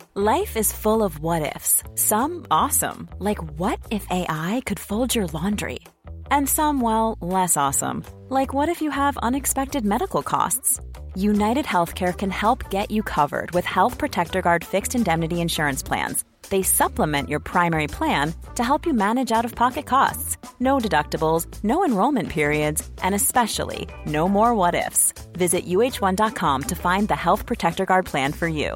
Life is full of what-ifs. Some awesome, like what if AI could fold your laundry? And some, well, less awesome, like what if you have unexpected medical costs? United Healthcare can help get you covered with Health Protector Guard fixed indemnity insurance plans. They supplement your primary plan to help you manage out-of-pocket costs. No deductibles, no enrollment periods, and especially no more what-ifs. Visit uh1.com to find the Health Protector Guard plan for you.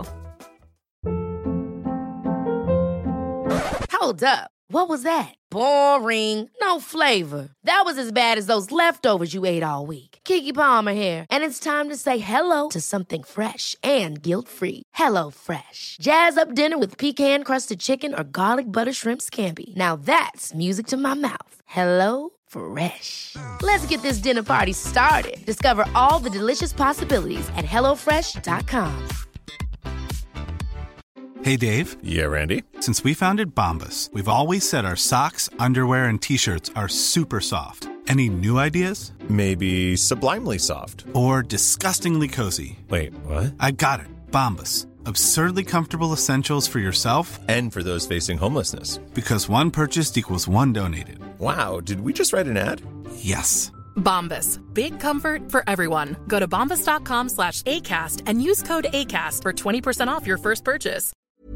Hold up. What was that? Boring. No flavor. That was as bad as those leftovers you ate all week. Keke Palmer here. And it's time to say hello to something fresh and guilt-free. Hello Fresh. Jazz up dinner with pecan-crusted chicken or garlic butter shrimp scampi. Now that's music to my mouth. Hello Fresh. Let's get this dinner party started. Discover all the delicious possibilities at hellofresh.com. Hey, Dave. Yeah, Randy. Since we founded Bombas, we've always said our socks, underwear, and T-shirts are super soft. Any new ideas? Maybe sublimely soft. Or disgustingly cozy. Wait, what? I got it. Bombas. Absurdly comfortable essentials for yourself and for those facing homelessness. Because one purchased equals one donated. Wow, did we just write an ad? Yes. Bombas. Big comfort for everyone. Go to bombas.com/ACAST and use code ACAST for 20% off your first purchase.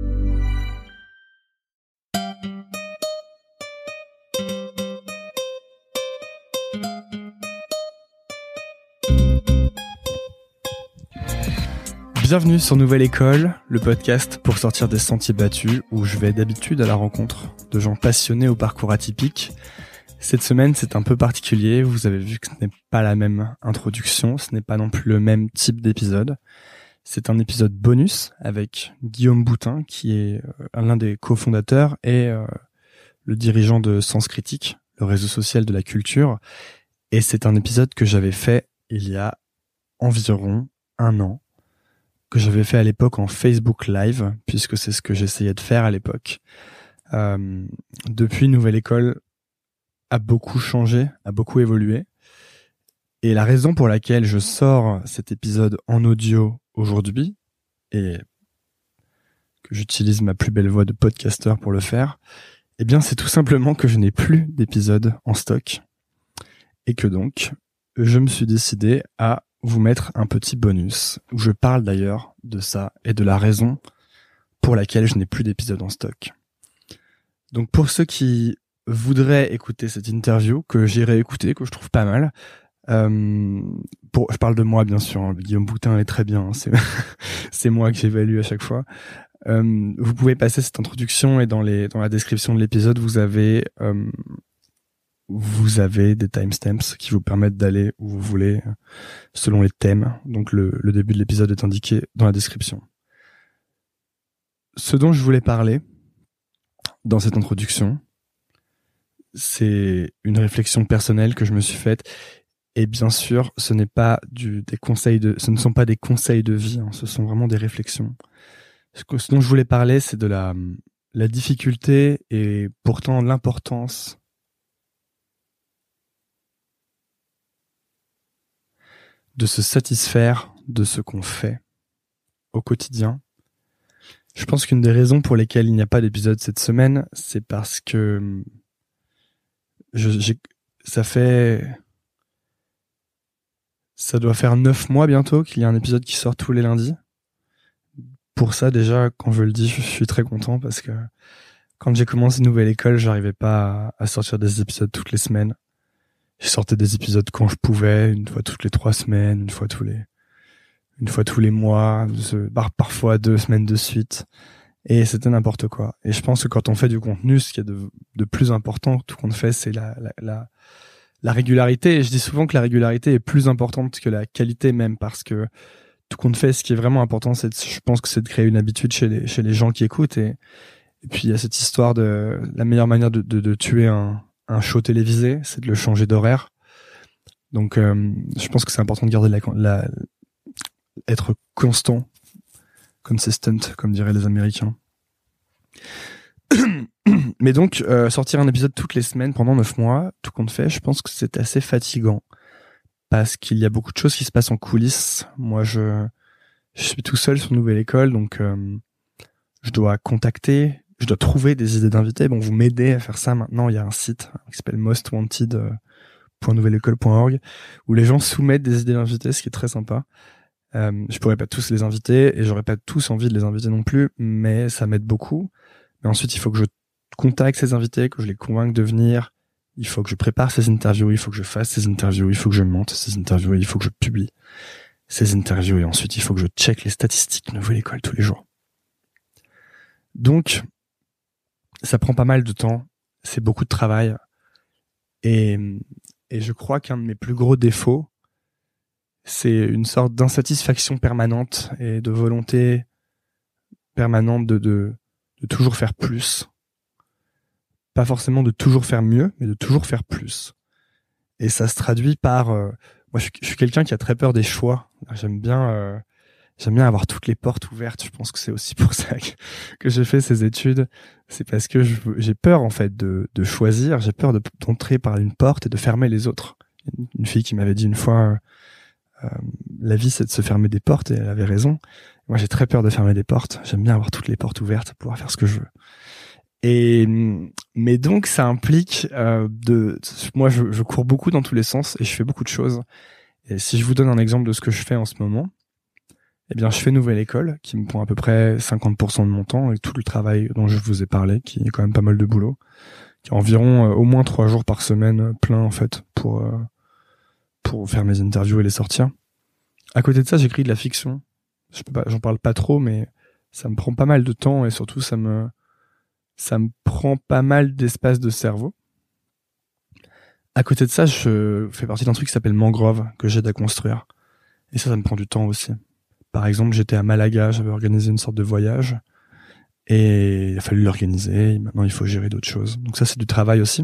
Bienvenue sur Nouvelle École, le podcast pour sortir des sentiers battus où je vais d'habitude à la rencontre de gens passionnés au parcours atypique. Cette semaine, c'est un peu particulier. Vous avez vu que ce n'est pas la même introduction, ce n'est pas non plus le même type d'épisode. C'est un épisode bonus avec Guillaume Boutin, qui est l'un des cofondateurs et le dirigeant de Sens Critique, le réseau social de la culture. Et c'est un épisode que j'avais fait il y a environ 1 an, que j'avais fait à l'époque en Facebook Live, puisque c'est ce que j'essayais de faire à l'époque. Depuis, Nouvelle École a beaucoup changé, a beaucoup évolué. Et la raison pour laquelle je sors cet épisode en audio aujourd'hui, et que j'utilise ma plus belle voix de podcasteur pour le faire, eh bien c'est tout simplement que je n'ai plus d'épisode en stock. Et que donc, je me suis décidé à vous mettre un petit bonus, où je parle d'ailleurs de ça et de la raison pour laquelle je n'ai plus d'épisode en stock. Donc pour ceux qui voudraient écouter cette interview, que j'ai réécoutée, que je trouve pas mal, je parle de moi bien sûr, hein, Guillaume Boutin est très bien, hein, c'est moi que j'évalue à chaque fois. Vous pouvez passer cette introduction et dans la description de l'épisode, vous avez des timestamps qui vous permettent d'aller où vous voulez selon les thèmes. Donc le début de l'épisode est indiqué dans la description. Ce dont je voulais parler dans cette introduction, c'est une réflexion personnelle que je me suis faite. Et bien sûr, ce ne sont pas des conseils de vie, hein, ce sont vraiment des réflexions. Ce dont je voulais parler, c'est de la difficulté et pourtant l'importance de se satisfaire de ce qu'on fait au quotidien. Je pense qu'une des raisons pour lesquelles il n'y a pas d'épisode cette semaine, c'est parce que ça doit faire 9 mois bientôt qu'il y a un épisode qui sort tous les lundis. Pour ça, déjà, quand je le dis, je suis très content parce que quand j'ai commencé Nouvelle École, j'arrivais pas à sortir des épisodes toutes les semaines. Je sortais des épisodes quand je pouvais, une fois toutes les 3 semaines, une fois tous les mois, parfois 2 semaines de suite. Et c'était n'importe quoi. Et je pense que quand on fait du contenu, ce qu'il y a de plus important, tout qu'on fait, c'est la régularité. Et je dis souvent que la régularité est plus importante que la qualité même, parce que tout qu'on fait, ce qui est vraiment important, je pense que c'est de créer une habitude chez les gens qui écoutent. Et puis il y a cette histoire de la meilleure manière de tuer un show télévisé, c'est de le changer d'horaire. Donc je pense que c'est important de garder être constant, consistent, comme diraient les Américains. Mais donc sortir un épisode toutes les semaines pendant 9 mois, tout compte fait, je pense que c'est assez fatigant parce qu'il y a beaucoup de choses qui se passent en coulisses. Moi je suis tout seul sur Nouvelle École, donc je dois contacter, je dois trouver des idées d'invités. Bon, vous m'aidez à faire ça maintenant. Il y a un site qui s'appelle mostwanted.nouvelleécole.org où les gens soumettent des idées d'invités, ce qui est très sympa. Je pourrais pas tous les inviter et j'aurais pas tous envie de les inviter non plus, mais ça m'aide beaucoup. Mais ensuite, il faut que je contacte ces invités, que je les convainque de venir. Il faut que je prépare ces interviews, il faut que je fasse ces interviews, il faut que je monte ces interviews, il faut que je publie ces interviews et ensuite il faut que je check les statistiques de Nouvelle École tous les jours. Donc, ça prend pas mal de temps, c'est beaucoup de travail et je crois qu'un de mes plus gros défauts, c'est une sorte d'insatisfaction permanente et de volonté permanente de toujours faire plus. Pas forcément de toujours faire mieux, mais de toujours faire plus. Et ça se traduit par... moi, je suis quelqu'un qui a très peur des choix. J'aime bien avoir toutes les portes ouvertes. Je pense que c'est aussi pour ça que j'ai fait ces études. C'est parce que j'ai peur, en fait, de choisir. J'ai peur d'entrer par une porte et de fermer les autres. Une fille qui m'avait dit une fois... la vie, c'est de se fermer des portes, et elle avait raison. Moi, j'ai très peur de fermer des portes. J'aime bien avoir toutes les portes ouvertes pour pouvoir faire ce que je veux. Mais donc, ça implique moi, je cours beaucoup dans tous les sens et je fais beaucoup de choses. Et si je vous donne un exemple de ce que je fais en ce moment, eh bien, je fais Nouvelle École, qui me prend à peu près 50% de mon temps, et tout le travail dont je vous ai parlé, qui est quand même pas mal de boulot, qui est environ au moins 3 jours par semaine plein, en fait, pour faire mes interviews et les sortir. À côté de ça, j'écris de la fiction. J'en parle pas trop, mais ça me prend pas mal de temps et surtout ça me prend pas mal d'espace de cerveau. À côté de ça, je fais partie d'un truc qui s'appelle Mangrove, que j'aide à construire. Et ça me prend du temps aussi. Par exemple, j'étais à Malaga, j'avais organisé une sorte de voyage et il a fallu l'organiser. Et maintenant, il faut gérer d'autres choses. Donc ça, c'est du travail aussi.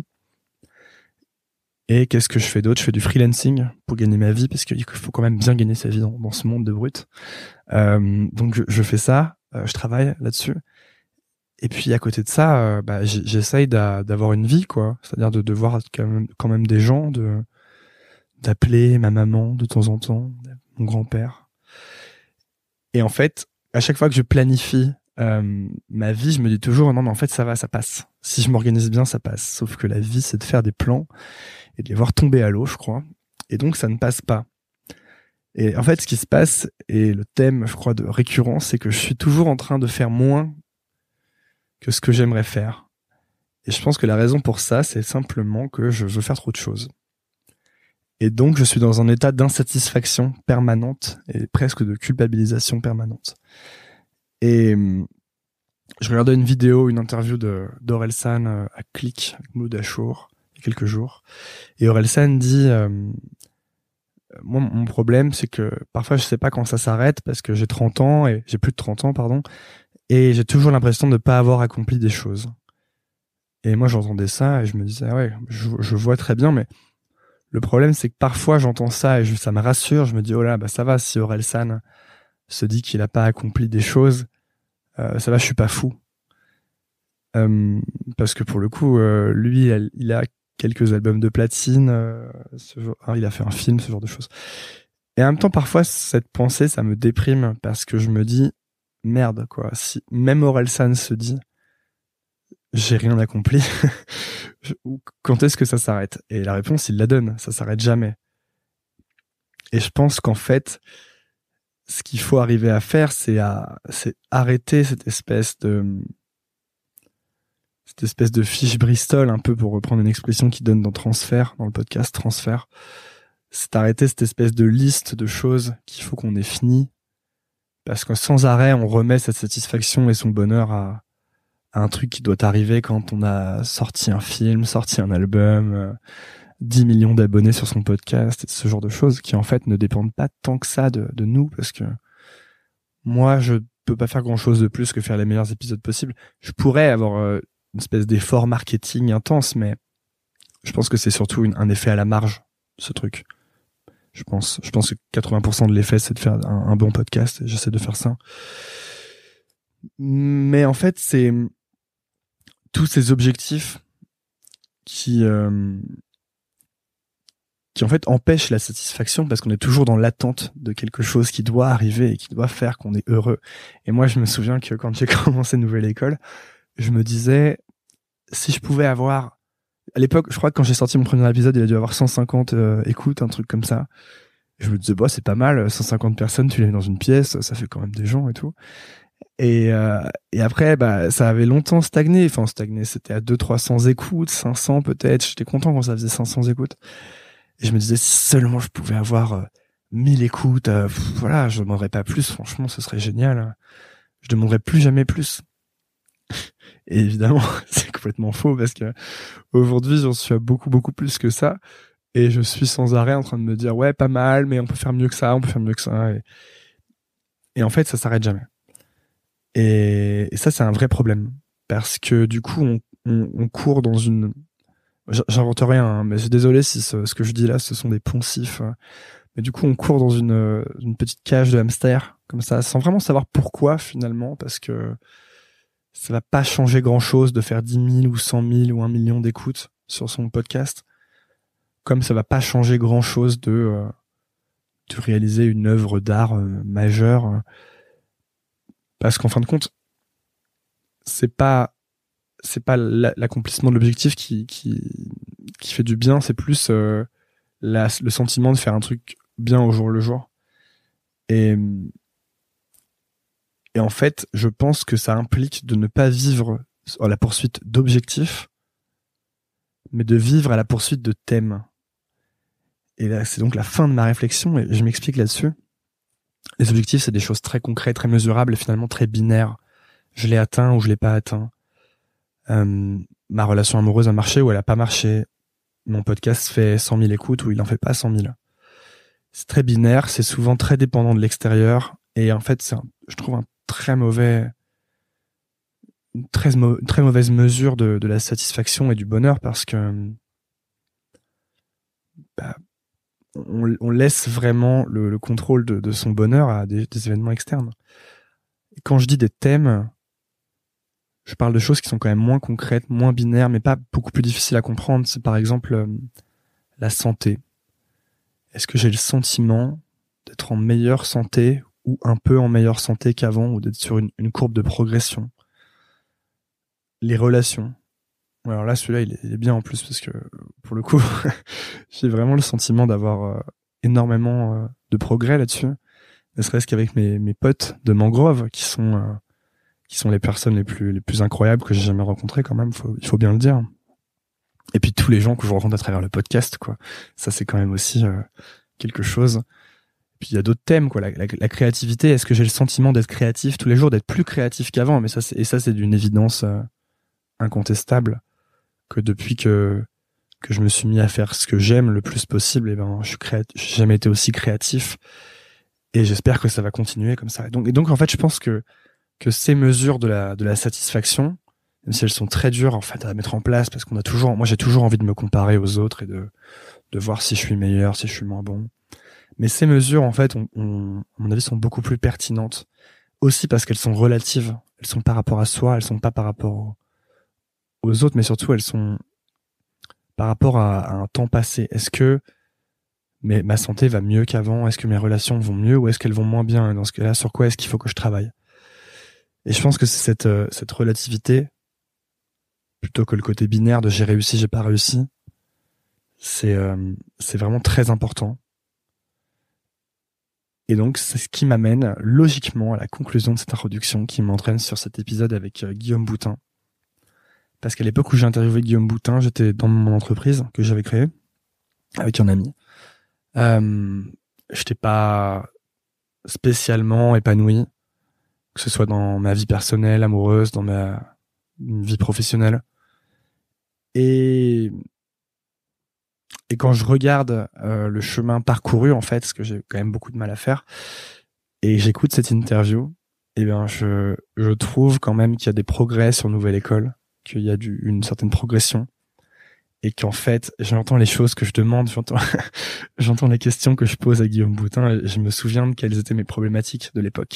Et qu'est-ce que je fais d'autre ? Je fais du freelancing pour gagner ma vie, parce qu'il faut quand même bien gagner sa vie dans ce monde de brut. Donc je fais ça, je travaille là-dessus. Et puis à côté de ça, j'essaye d'avoir une vie, quoi. C'est-à-dire de voir quand même des gens, d'appeler ma maman de temps en temps, mon grand-père. Et en fait, à chaque fois que je planifie ma vie, je me dis toujours non mais en fait ça va, ça passe. Si je m'organise bien, ça passe. Sauf que la vie, c'est de faire des plans et de les voir tomber à l'eau, je crois. Et donc ça ne passe pas. Et en fait, ce qui se passe, et le thème, je crois, de récurrent, c'est que je suis toujours en train de faire moins que ce que j'aimerais faire. Et je pense que la raison pour ça, c'est simplement que je veux faire trop de choses. Et donc, je suis dans un état d'insatisfaction permanente et presque de culpabilisation permanente. Et je regardais une vidéo, une interview d'Orelsan à Click, avec Mouloud Achour, il y a quelques jours. Et Orelsan dit... moi, mon problème, c'est que parfois, je sais pas quand ça s'arrête parce que j'ai 30 ans et j'ai plus de 30 ans, pardon. Et j'ai toujours l'impression de ne pas avoir accompli des choses. Et moi, j'entendais ça et je me disais, ouais, je vois très bien, mais le problème, c'est que parfois, j'entends ça et ça me rassure. Je me dis, oh là, ça va, si Orelsan se dit qu'il n'a pas accompli des choses, ça va, je suis pas fou. Parce que pour le coup, lui, il a quelques albums de platine, il a fait un film, ce genre de choses. Et en même temps, parfois, cette pensée, ça me déprime parce que je me dis, merde, quoi. Si même Orelsan se dit, j'ai rien accompli, quand est-ce que ça s'arrête ? Et la réponse, il la donne, ça s'arrête jamais. Et je pense qu'en fait, ce qu'il faut arriver à faire, c'est arrêter cette espèce de fiche Bristol, un peu, pour reprendre une expression qui donne dans Transfert, dans le podcast Transfert. C'est arrêter cette espèce de liste de choses qu'il faut qu'on ait fini. Parce que sans arrêt, on remet cette satisfaction et son bonheur à un truc qui doit arriver quand on a sorti un film, sorti un album, 10 millions d'abonnés sur son podcast, et ce genre de choses qui en fait ne dépendent pas tant que ça de nous, parce que moi, je peux pas faire grand chose de plus que faire les meilleurs épisodes possibles. Je pourrais avoir une espèce d'effort marketing intense, mais je pense que c'est surtout un effet à la marge, ce truc. Je pense que 80% de l'effet, c'est de faire un bon podcast, et j'essaie de faire ça. Mais en fait, c'est tous ces objectifs qui qui en fait empêche la satisfaction parce qu'on est toujours dans l'attente de quelque chose qui doit arriver et qui doit faire qu'on est heureux. Et moi, je me souviens que quand j'ai commencé Nouvelle École, je me disais, si je pouvais avoir, à l'époque, je crois que quand j'ai sorti mon premier épisode, il a dû avoir 150 écoutes, un truc comme ça. Et je me disais, bah, c'est pas mal, 150 personnes, tu les mets dans une pièce, ça fait quand même des gens et tout. Et après, bah, ça avait longtemps stagné. Enfin, stagné, c'était à 200-300 écoutes, 500 peut-être. J'étais content quand ça faisait 500 écoutes. Et je me disais, si seulement je pouvais avoir 1000 écoutes, voilà, je demanderais pas plus. Franchement, ce serait génial. Je demanderais plus jamais plus. Et évidemment, c'est complètement faux parce que aujourd'hui, j'en suis à beaucoup, beaucoup plus que ça. Et je suis sans arrêt en train de me dire, ouais, pas mal, mais on peut faire mieux que ça, on peut faire mieux que ça. Et en fait, ça s'arrête jamais. Et ça, c'est un vrai problème. Parce que du coup, on court dans une... J'invente rien, hein, mais je suis désolé si ce que je dis là, ce sont des poncifs. Mais du coup, on court dans une petite cage de hamster, comme ça, sans vraiment savoir pourquoi finalement, parce que ça va pas changer grand-chose de faire 10 000 ou 100 000 ou 1 million d'écoutes sur son podcast, comme ça va pas changer grand-chose de réaliser une œuvre d'art majeure, parce qu'en fin de compte, c'est pas l'accomplissement de l'objectif qui fait du bien, c'est plus le sentiment de faire un truc bien au jour le jour. Et en fait, je pense que ça implique de ne pas vivre à la poursuite d'objectifs, mais de vivre à la poursuite de thèmes. Et là, c'est donc la fin de ma réflexion, et je m'explique là-dessus. Les objectifs, c'est des choses très concrètes, très mesurables, et finalement très binaires. Je l'ai atteint ou je l'ai pas atteint. Ma relation amoureuse a marché ou elle a pas marché. Mon podcast fait 100 000 écoutes ou il en fait pas 100 000. C'est très binaire, c'est souvent très dépendant de l'extérieur, et en fait, je trouve une très mauvaise mesure de la satisfaction et du bonheur, parce que bah, on laisse vraiment le contrôle de son bonheur à des événements externes. Et quand je dis des thèmes, je parle de choses qui sont quand même moins concrètes, moins binaires, mais pas beaucoup plus difficiles à comprendre. C'est par exemple la santé. Est-ce que j'ai le sentiment d'être en meilleure santé ou un peu en meilleure santé qu'avant, ou d'être sur une courbe de progression? Les relations. Alors là, celui-là, il est bien en plus, parce que pour le coup, j'ai vraiment le sentiment d'avoir énormément de progrès là-dessus. Ne serait-ce qu'avec mes potes de Mangrove, qui sont les personnes les plus incroyables que j'ai jamais rencontrées quand même, il faut bien le dire. Et puis tous les gens que je rencontre à travers le podcast, quoi. Ça, c'est quand même aussi quelque chose. Et puis il y a d'autres thèmes, quoi. La créativité. Est-ce que j'ai le sentiment d'être créatif tous les jours, d'être plus créatif qu'avant? Mais ça, c'est d'une évidence incontestable, que depuis que je me suis mis à faire ce que j'aime le plus possible, et ben, j'ai jamais été aussi créatif. Et j'espère que ça va continuer comme ça. Et donc en fait, je pense que ces mesures de la satisfaction, même si elles sont très dures en fait à mettre en place, parce moi j'ai toujours envie de me comparer aux autres et de voir si je suis meilleur, si je suis moins bon. Mais ces mesures en fait, à mon avis, sont beaucoup plus pertinentes, aussi parce qu'elles sont relatives. Elles sont par rapport à soi, elles sont pas par rapport aux autres, mais surtout elles sont par rapport à un temps passé. Est-ce que ma santé va mieux qu'avant? Est-ce que mes relations vont mieux, ou est-ce qu'elles vont moins bien? Dans ce cas-là, sur quoi est-ce qu'il faut que je travaille? Et je pense que c'est cette relativité, plutôt que le côté binaire de j'ai réussi, j'ai pas réussi, c'est vraiment très important. Et donc, c'est ce qui m'amène logiquement à la conclusion de cette introduction, qui m'entraîne sur cet épisode avec Guillaume Boutin. Parce qu'à l'époque où j'ai interviewé Guillaume Boutin, j'étais dans mon entreprise que j'avais créée avec un ami. J'étais pas spécialement épanoui, que ce soit dans ma vie personnelle, amoureuse, dans ma vie professionnelle. Et quand je regarde le chemin parcouru, en fait, ce que j'ai quand même beaucoup de mal à faire, et j'écoute cette interview, eh bien, je trouve quand même qu'il y a des progrès sur Nouvelle École, qu'il y a une certaine progression, et qu'en fait, j'entends les choses que je demande, j'entends les questions que je pose à Guillaume Boutin, et je me souviens de quelles étaient mes problématiques de l'époque.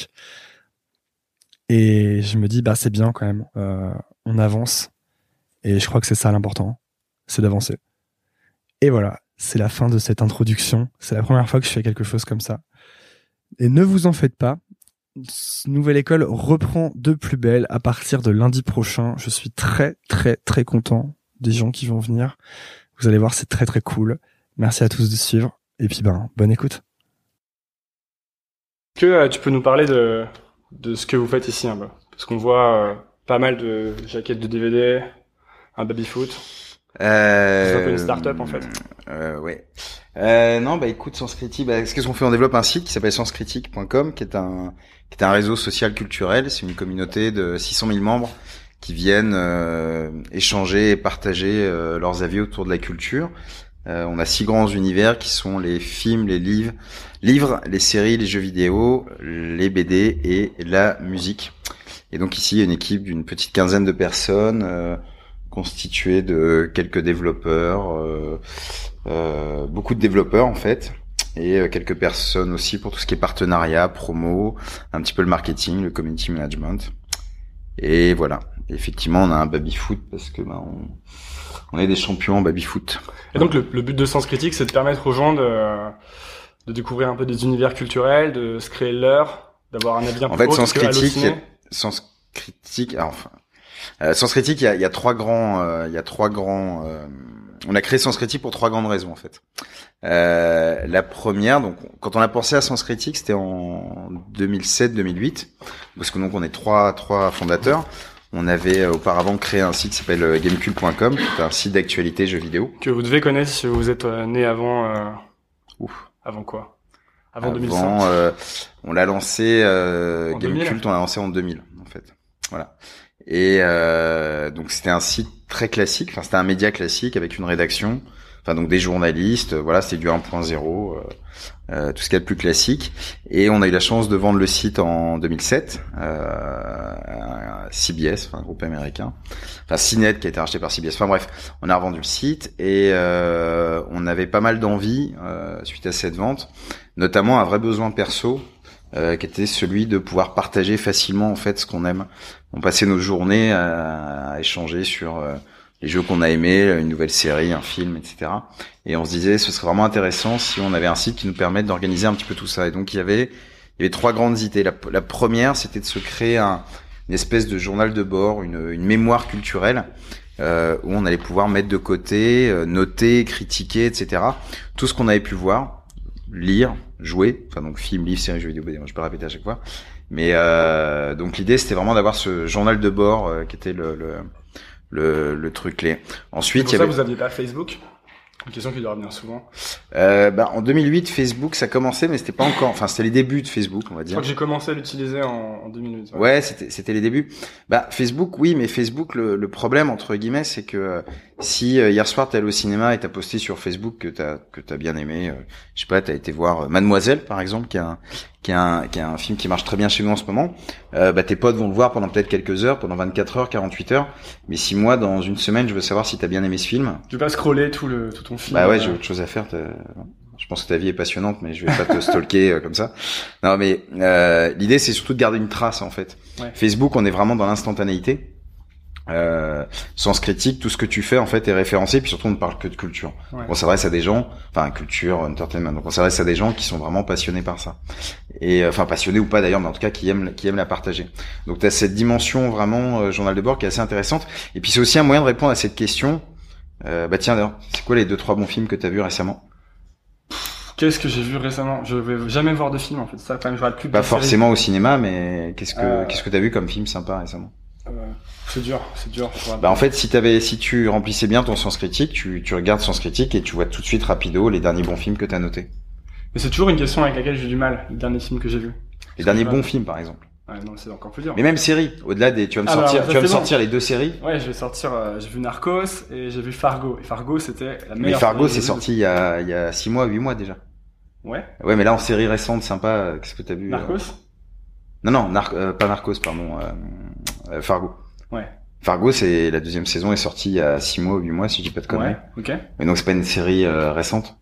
Et je me dis, bah, c'est bien quand même, on avance. Et je crois que c'est ça l'important, c'est d'avancer. Et voilà, c'est la fin de cette introduction. C'est la première fois que je fais quelque chose comme ça. Et ne vous en faites pas. Nouvelle École reprend de plus belle à partir de lundi prochain. Je suis très, très, très content des gens qui vont venir. Vous allez voir, c'est très, très cool. Merci à tous de suivre. Et puis, bonne écoute. Est-ce que tu peux nous parler de ce que vous faites ici un peu ? Parce qu'on voit pas mal de jaquettes de DVD, un baby-foot. C'est un peu une start-up en fait. Ouais. Non, écoute, Sens Critique, qu'est-ce qu'on fait ? On développe un site qui s'appelle senscritique.com, qui est un réseau social culturel. C'est une communauté de 600 000 membres qui viennent échanger et partager leurs avis autour de la culture. On a 6 grands univers qui sont les films, les livres, les séries, les jeux vidéo, les BD et la musique. Et donc ici, il y a une équipe d'une petite quinzaine de personnes constituée de quelques développeurs, beaucoup de développeurs en fait, et quelques personnes aussi pour tout ce qui est partenariat, promo, un petit peu le marketing, le community management. Et voilà. Et effectivement, on a un baby-foot parce que on est des champions en baby-foot. Et donc le but de Sens Critique, c'est de permettre aux gens de découvrir un peu des univers culturels, de se créer leur, d'avoir un avis un peu en fait, autre Sens que Critique, halluciner. Sens Critique, il y a trois grands, on a créé Sens Critique pour 3 grandes raisons en fait. La première, donc quand on a pensé à Sens Critique, c'était en 2007-2008, parce que donc on est trois fondateurs. On avait auparavant créé un site qui s'appelle gamecube.com, qui est un site d'actualité jeux vidéo. Que vous devez connaître si vous êtes né avant. Avant quoi ? Avant 2005. On l'a lancé Gamecube, on l'a lancé en 2000 en fait. Voilà. Et donc c'était un site très classique, enfin c'était un média classique avec une rédaction, enfin donc des journalistes, voilà, c'était du 1.0, tout ce qu'il y a de plus classique. Et on a eu la chance de vendre le site en 2007 à CBS, enfin un groupe américain, enfin CNET qui a été racheté par CBS. Enfin bref, on a revendu le site et on avait pas mal d'envie suite à cette vente, notamment un vrai besoin perso. Qui était celui de pouvoir partager facilement en fait ce qu'on aime. On passait nos journées à échanger sur les jeux qu'on a aimés, une nouvelle série, un film, etc. Et on se disait ce serait vraiment intéressant si on avait un site qui nous permette d'organiser un petit peu tout ça. Et donc il y avait 3 grandes idées. La première, c'était de se créer une espèce de journal de bord, une mémoire culturelle où on allait pouvoir mettre de côté, noter, critiquer, etc. tout ce qu'on avait pu voir, lire, jouer, enfin donc film, livre, série, jeux vidéo, BD, je peux le répéter à chaque fois. Mais donc l'idée c'était vraiment d'avoir ce journal de bord qui était le truc clé. Ensuite, vous aviez pas Facebook ? Une question qui doit revenir souvent. En 2008, Facebook, ça commençait, mais c'était pas encore, enfin, c'était les débuts de Facebook, on va dire. Je crois que j'ai commencé à l'utiliser en 2008. Ouais, c'était les débuts. Facebook, oui, mais Facebook, le problème, entre guillemets, c'est que, si, hier soir, t'es allé au cinéma et t'as posté sur Facebook que t'as bien aimé, je sais pas, t'as été voir Mademoiselle, par exemple, qui est un film qui marche très bien chez nous en ce moment, tes potes vont le voir pendant peut-être quelques heures, pendant 24 heures, 48 heures. Mais si moi, dans une semaine, je veux savoir si t'as bien aimé ce film. Tu veux pas scroller tout ton film? Ouais, j'ai autre chose à faire. Je pense que ta vie est passionnante, mais je vais pas te stalker comme ça. Non, mais l'idée, c'est surtout de garder une trace, en fait. Ouais. Facebook, on est vraiment dans l'instantanéité. Sens Critique, tout ce que tu fais en fait est référencé, puis surtout on ne parle que de culture. Ouais. On s'adresse à des gens, enfin culture, entertainment. Donc on s'adresse à des gens qui sont vraiment passionnés par ça, et enfin passionnés ou pas d'ailleurs, mais en tout cas qui aiment la partager. Donc t'as cette dimension vraiment journal de bord qui est assez intéressante. Et puis c'est aussi un moyen de répondre à cette question. Tiens d'ailleurs, c'est quoi les 2-3 bons films que t'as vus récemment? Qu'est-ce que j'ai vu récemment? Je vais jamais voir de film en fait. Ça quand même je regarde plus. Pas forcément au cinéma, mais qu'est-ce que t'as vu comme film sympa récemment? C'est dur. En fait, si tu remplissais bien ton Sens Critique, tu regardes Sens Critique et tu vois tout de suite rapido les derniers bons films que t'as notés. Mais c'est toujours une question avec laquelle j'ai du mal, les derniers films que j'ai vus. Les derniers bons films, par exemple. Ouais, non, c'est encore plus dur. Mais même séries, au-delà des, tu vas me sortir les 2 séries. Ouais, je vais sortir, j'ai vu Narcos et j'ai vu Fargo. Et Fargo, c'était la meilleure. Mais Fargo, c'est sorti il y a 6 mois, 8 mois déjà. Ouais. Ouais, mais là, en série récente, sympa, qu'est-ce que t'as vu? Narcos? Non, pas Narcos, pardon, Fargo. Ouais. Fargo, c'est la 2e saison est sortie il y a 6 mois ou 8 mois, si je dis pas de conneries. Ouais, ok. Mais donc c'est pas une série récente.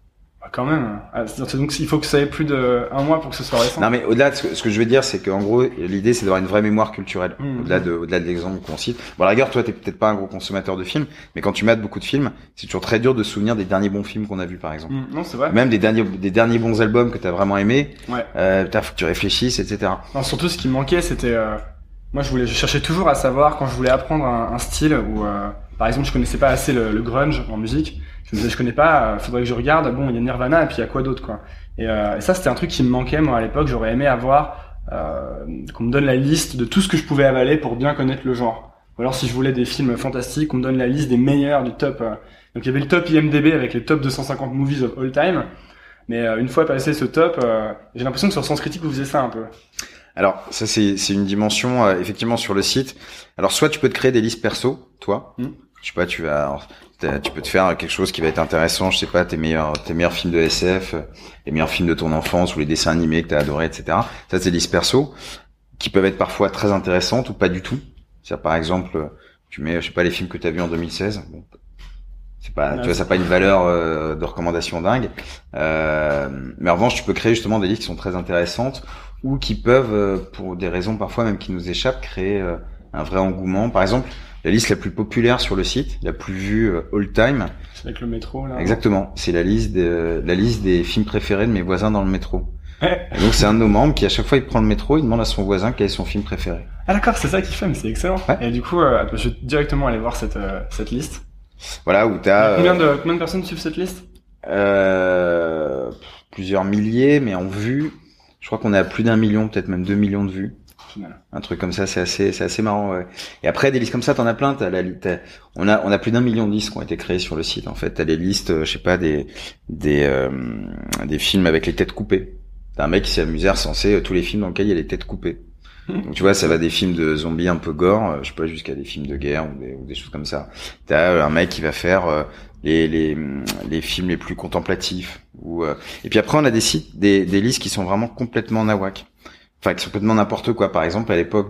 Quand même. Donc il faut que ça ait plus d'1 mois pour que ce soit récent. Non mais au-delà de ce que je veux dire, c'est qu'en gros l'idée c'est d'avoir une vraie mémoire culturelle. Au-delà de l'exemple qu'on cite. Bon, à la rigueur, toi t'es peut-être pas un gros consommateur de films, mais quand tu mates beaucoup de films, c'est toujours très dur de se souvenir des derniers bons films qu'on a vus par exemple. Non, c'est vrai. Même des derniers bons albums que t'as vraiment aimés. Ouais. Faut que tu réfléchisses, etc. Non, surtout ce qui me manquait, c'était moi je cherchais toujours à savoir quand je voulais apprendre un style où par exemple je connaissais pas assez le grunge en musique. Je me disais, je connais pas, faudrait que je regarde, bon, il y a Nirvana, et puis il y a quoi d'autre, quoi. Et ça, c'était un truc qui me manquait, moi, à l'époque. J'aurais aimé avoir, qu'on me donne la liste de tout ce que je pouvais avaler pour bien connaître le genre. Ou alors, si je voulais des films fantastiques, qu'on me donne la liste des meilleurs, du top, donc il y avait le top IMDb avec les top 250 movies of all time. Mais, une fois passé ce top, j'ai l'impression que sur Sens Critique, vous faisiez ça un peu. Alors, ça, c'est une dimension, effectivement, sur le site. Alors, soit tu peux te créer des listes perso, toi. Je sais pas, tu peux te faire quelque chose qui va être intéressant, je sais pas, tes meilleurs films de SF, les meilleurs films de ton enfance ou les dessins animés que t'as adorés, etc. Ça, c'est des listes perso qui peuvent être parfois très intéressantes ou pas du tout. C'est-à-dire, par exemple, tu mets, je sais pas, les films que t'as vus en 2016. Bon, c'est pas, tu vois, ça n'a pas une valeur de recommandation dingue. Mais en revanche, tu peux créer justement des listes qui sont très intéressantes ou qui peuvent, pour des raisons parfois même qui nous échappent, créer un vrai engouement. Par exemple, la liste la plus populaire sur le site, la plus vue all time. C'est avec le métro, là. Exactement. C'est la liste des films préférés de mes voisins dans le métro. Et donc, c'est un de nos membres qui, à chaque fois, il prend le métro, il demande à son voisin quel est son film préféré. Ah, d'accord, c'est ça qu'il fait, mais c'est excellent. Ouais. Et du coup, je vais directement aller voir cette liste. Voilà, où t'as... Combien de personnes suivent cette liste? Plusieurs milliers, mais en vue, je crois qu'on est à plus d'1 million, peut-être même 2 millions de vues. Un truc comme ça, c'est assez marrant, ouais. Et après, des listes comme ça, t'en as plein, on a plus d'1 million de listes qui ont été créées sur le site, en fait. T'as les listes, je sais pas, des films avec les têtes coupées. T'as un mec qui s'est amusé à recenser tous les films dans lesquels il y a les têtes coupées. Donc, tu vois, ça va des films de zombies un peu gore, je sais pas, jusqu'à des films de guerre ou des choses comme ça. T'as un mec qui va faire, les films les plus contemplatifs et puis après, on a des listes qui sont vraiment complètement nawak. Enfin, qui sont complètement n'importe quoi. Par exemple, à l'époque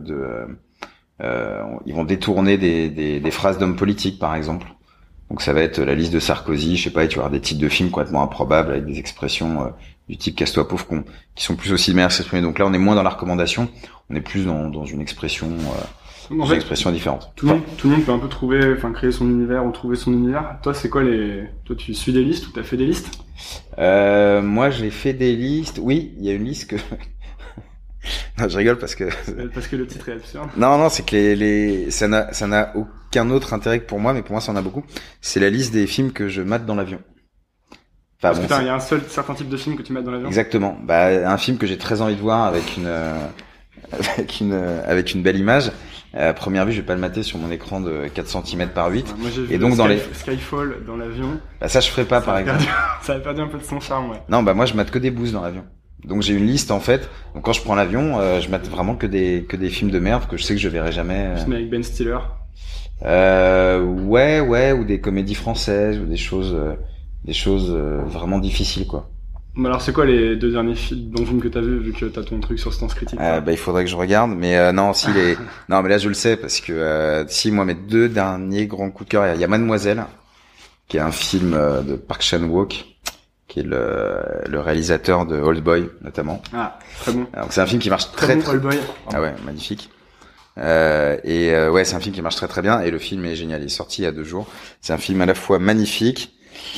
ils vont détourner des phrases d'hommes politiques, par exemple. Donc, ça va être la liste de Sarkozy, je sais pas, et tu vas avoir des titres de films complètement improbables avec des expressions du type casse-toi pauvre con, qui sont plus aussi de manière à s'exprimer. Donc là, on est moins dans la recommandation, on est plus dans une expression, une expression différente. Tout le monde peut un peu créer son univers ou trouver son univers. Toi, c'est quoi toi, tu suis des listes ou t'as fait des listes? Moi, j'ai fait des listes. Oui, il y a une liste que non, je rigole parce que le titre est absurde. Non, c'est que ça n'a aucun autre intérêt que pour moi, mais pour moi ça en a beaucoup. C'est la liste des films que je mate dans l'avion. Enfin, parce que il y a un certain type de film que tu mates dans l'avion. Exactement. Un film que j'ai très envie de voir avec une belle image. À première vue, je vais pas le mater sur mon écran de 4 cm par 8. Moi, j'ai vu et donc Skyfall dans l'avion. Ça je ferai pas, par exemple. Ça a perdu un peu de son charme, ouais. Non, moi je mate que des boosts dans l'avion. Donc j'ai une liste en fait. Donc quand je prends l'avion, je mate vraiment que des films de merde que je sais que je verrai jamais. Film avec Ben Stiller. Ouais, ou des comédies françaises ou des choses vraiment difficiles, quoi. Mais alors c'est quoi les 2 derniers bons films que t'as vu que t'as ton truc sur Sens Critique? Il faudrait que je regarde, mais non, non, mais là je le sais parce que moi mes 2 derniers grands coups de cœur, il y a Mademoiselle, qui est un film de Park Chan-wook, qui est le réalisateur de Old Boy notamment. Ah, très bon. Donc c'est un film qui marche très bon, Old Boy. Ah ouais, magnifique. Ouais, c'est un film qui marche très très bien et le film est génial. Il est sorti il y a 2 jours. C'est un film à la fois magnifique.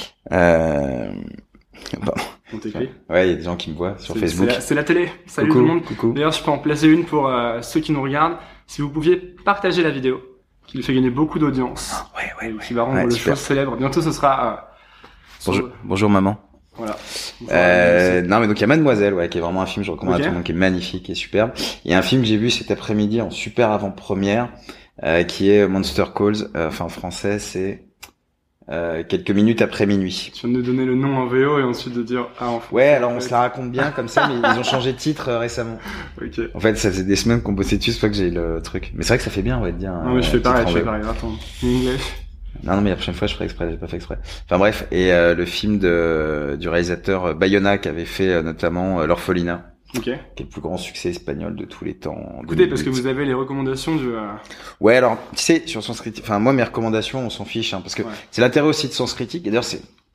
On t'écrit. Ouais, il y a des gens qui me voient sur Facebook. C'est la télé. Salut coucou, tout le monde. Coucou. D'ailleurs, je peux en placer une pour ceux qui nous regardent. Si vous pouviez partager la vidéo, qui lui fait gagner beaucoup d'audience. Ouais. Qui va rendre le show célèbre. Bientôt, ce sera. Bonjour maman. Voilà. Non, mais donc il y a Mademoiselle, qui est vraiment un film, je recommande à tout le monde, qui est magnifique et superbe. Il y a un film que j'ai vu cet après-midi en super avant-première, qui est Monster Calls. En français, c'est quelques minutes après minuit. Tu viens de nous donner le nom en VO et ensuite de dire en français. Ouais, alors on se la raconte bien comme ça, mais ils ont changé de titre récemment. Ok. En fait, ça faisait des semaines qu'on bossait dessus, c'est pas que j'ai le truc. Mais c'est vrai que ça fait bien, de dire. Non, mais je fais pareil. Attends. English. Non, mais la prochaine fois, je ferai exprès, j'ai pas fait exprès. Enfin bref, et le film du réalisateur Bayona qui avait fait notamment L'Orphelinat, qui est le plus grand succès espagnol de tous les temps. Écoutez, parce que vous avez les recommandations du... Ouais, alors, tu sais, sur Sens Critique, moi mes recommandations, on s'en fiche, parce que c'est l'intérêt aussi de Sens Critique, et d'ailleurs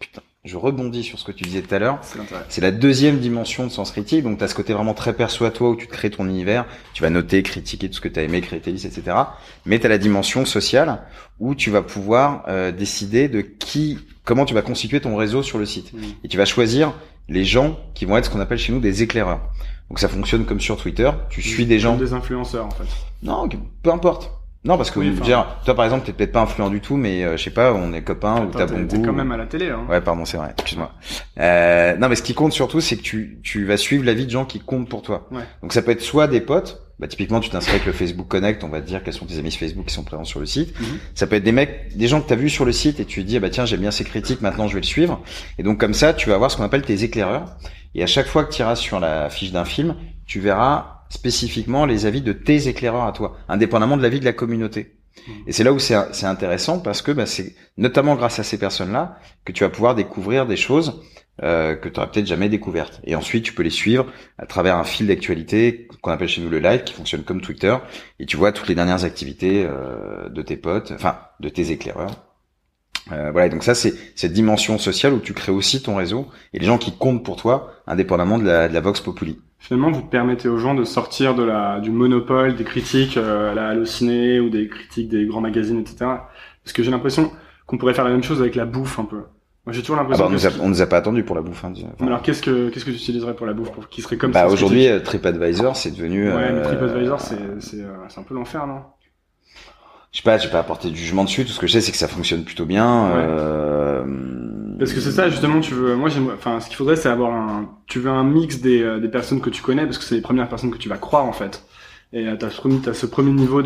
je rebondis sur ce que tu disais tout à l'heure. C'est l'intérêt. C'est la deuxième dimension de Sens Critique. Donc, tu as ce côté vraiment très perso à toi où tu te crées ton univers. Tu vas noter, critiquer tout ce que tu as aimé, créer tes listes, etc. Mais tu as la dimension sociale où tu vas pouvoir décider de comment tu vas constituer ton réseau sur le site. Et tu vas choisir les gens qui vont être ce qu'on appelle chez nous des éclaireurs. Donc, ça fonctionne comme sur Twitter. Tu suis des gens. Des influenceurs, en fait. Non, peu importe. Non, parce que toi par exemple, t'es peut-être pas influent du tout, mais je sais pas, on est copains ou t'as bon goût. T'es quand même à la télé, hein. Ouais, pardon, c'est vrai. Excuse-moi. Non, mais ce qui compte surtout, c'est que tu vas suivre l'avis de gens qui comptent pour toi. Ouais. Donc ça peut être soit des potes. Bah typiquement, tu t'inscris avec le Facebook Connect, on va te dire quels sont tes amis Facebook qui sont présents sur le site. Ça peut être des gens que t'as vus sur le site et tu te dis bah tiens, j'aime bien ces critiques, maintenant je vais le suivre. Et donc comme ça, tu vas avoir ce qu'on appelle tes éclaireurs. Et à chaque fois que tu iras sur la fiche d'un film, tu verras spécifiquement les avis de tes éclaireurs à toi, indépendamment de l'avis de la communauté. Et c'est là où c'est intéressant parce que c'est notamment grâce à ces personnes-là que tu vas pouvoir découvrir des choses que tu n'aurais peut-être jamais découvertes. Et ensuite, tu peux les suivre à travers un fil d'actualité qu'on appelle chez nous le live, qui fonctionne comme Twitter. Et tu vois toutes les dernières activités de tes potes, enfin de tes éclaireurs. Voilà, donc ça c'est cette dimension sociale où tu crées aussi ton réseau et les gens qui comptent pour toi, indépendamment de la vox populi. Finalement, vous permettez aux gens de sortir du monopole des critiques à la Allociné ou des critiques des grands magazines, etc. Parce que j'ai l'impression qu'on pourrait faire la même chose avec la bouffe un peu. Moi, j'ai toujours l'impression on nous a pas attendu pour la bouffe. Hein, mais alors, qu'est-ce que tu utiliserais pour la bouffe, qui serait comme ça? Aujourd'hui, TripAdvisor, c'est devenu. Ouais, mais TripAdvisor, c'est un peu l'enfer, non? Je sais pas, j'ai pas apporté de jugement dessus. Tout ce que je sais, c'est que ça fonctionne plutôt bien. Ouais. Parce que c'est ça, justement, ce qu'il faudrait, c'est tu veux un mix des personnes que tu connais, parce que c'est les premières personnes que tu vas croire, en fait. Et t'as ce premier niveau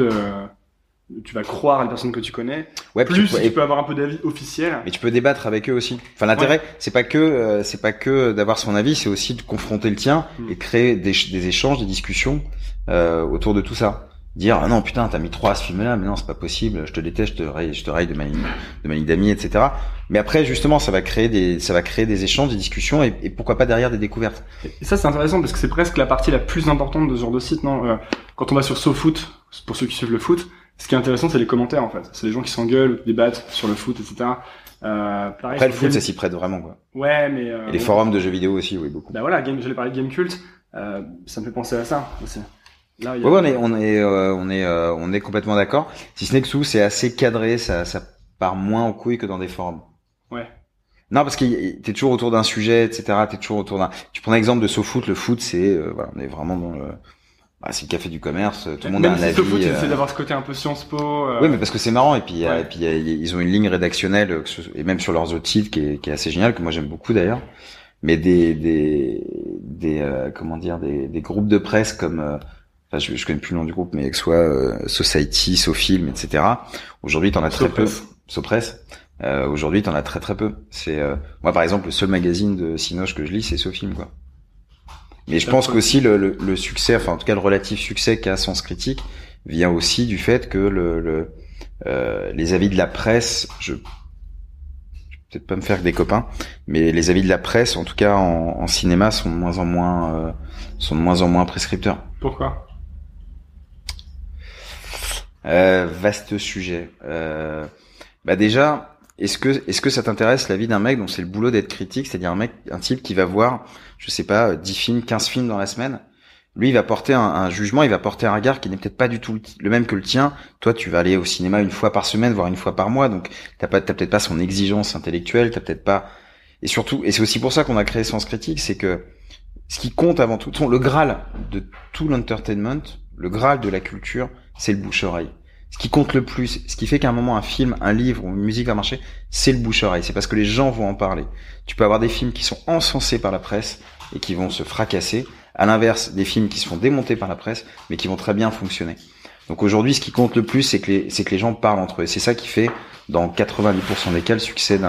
tu vas croire à les personnes que tu connais. Ouais, plus tu peux avoir un peu d'avis officiel. Mais tu peux débattre avec eux aussi. Enfin, l'intérêt, c'est pas que d'avoir son avis, c'est aussi de confronter le tien et créer des échanges, des discussions, autour de tout ça. Dire, ah non, putain, t'as mis 3 à ce film-là, mais non, c'est pas possible, je te déteste, je te raille de ma ligne d'amis, etc. Mais après, justement, ça va créer des échanges, des discussions, et pourquoi pas derrière des découvertes. Et ça, c'est intéressant, parce que c'est presque la partie la plus importante de ce genre de site, non? Quand on va sur SoFoot, pour ceux qui suivent le foot, ce qui est intéressant, c'est les commentaires, en fait. C'est les gens qui s'engueulent, qui débattent sur le foot, etc. Pareil, après, le foot, ça s'y prête vraiment, quoi. Ouais, mais et les forums de jeux vidéo aussi, oui, beaucoup. Bah voilà, j'allais parler de Gamecult, ça me fait penser à ça, aussi. Là, on est complètement d'accord. Si ce n'est que c'est assez cadré, ça part moins en couille que dans des forums. Ouais. Non, parce que t'es toujours autour d'un sujet, etc. Tu prends l'exemple de SoFoot, le foot, c'est, on est vraiment dans c'est le café du commerce, tout le monde a un avis. SoFoot, c'est d'avoir ce côté un peu Sciences Po. Oui, mais parce que c'est marrant, et puis, ils ont une ligne rédactionnelle, et même sur leurs autres sites, qui est assez géniale, que moi j'aime beaucoup d'ailleurs. Mais des groupes de presse comme, je connais plus le nom du groupe, mais que soit Society, SoFilm, etc. Aujourd'hui, t'en as très peu. Sopress. Aujourd'hui, t'en as très très peu. C'est moi, par exemple, le seul magazine de Cinoche que je lis, c'est SoFilm, quoi. Mais je pense qu'aussi le succès, enfin en tout cas le relatif succès qu'a Sens Critique, vient aussi du fait que les avis de la presse, je vais peut-être pas me faire que des copains, mais les avis de la presse, en tout cas en cinéma, sont de moins en moins prescripteurs. Pourquoi? Vaste sujet. Déjà, est-ce que ça t'intéresse l'avis d'un mec dont c'est le boulot d'être critique, c'est-à-dire un type qui va voir, je sais pas, 10 films, 15 films dans la semaine. Lui, il va porter un jugement, il va porter un regard qui n'est peut-être pas du tout le même que le tien. Toi, tu vas aller au cinéma une fois par semaine, voire une fois par mois, donc t'as peut-être pas son exigence intellectuelle, t'as peut-être pas, et surtout, et c'est aussi pour ça qu'on a créé Sens Critique, c'est que ce qui compte avant tout, le Graal de tout l'entertainment, le Graal de la culture, c'est le bouche-oreille. Ce qui compte le plus, ce qui fait qu'à un moment un film, un livre ou une musique va marcher, c'est le bouche-oreille. C'est parce que les gens vont en parler. Tu peux avoir des films qui sont encensés par la presse et qui vont se fracasser. À l'inverse, des films qui se font démonter par la presse, mais qui vont très bien fonctionner. Donc aujourd'hui, ce qui compte le plus, c'est que les gens parlent entre eux. Et c'est ça qui fait, dans 90% des cas, le succès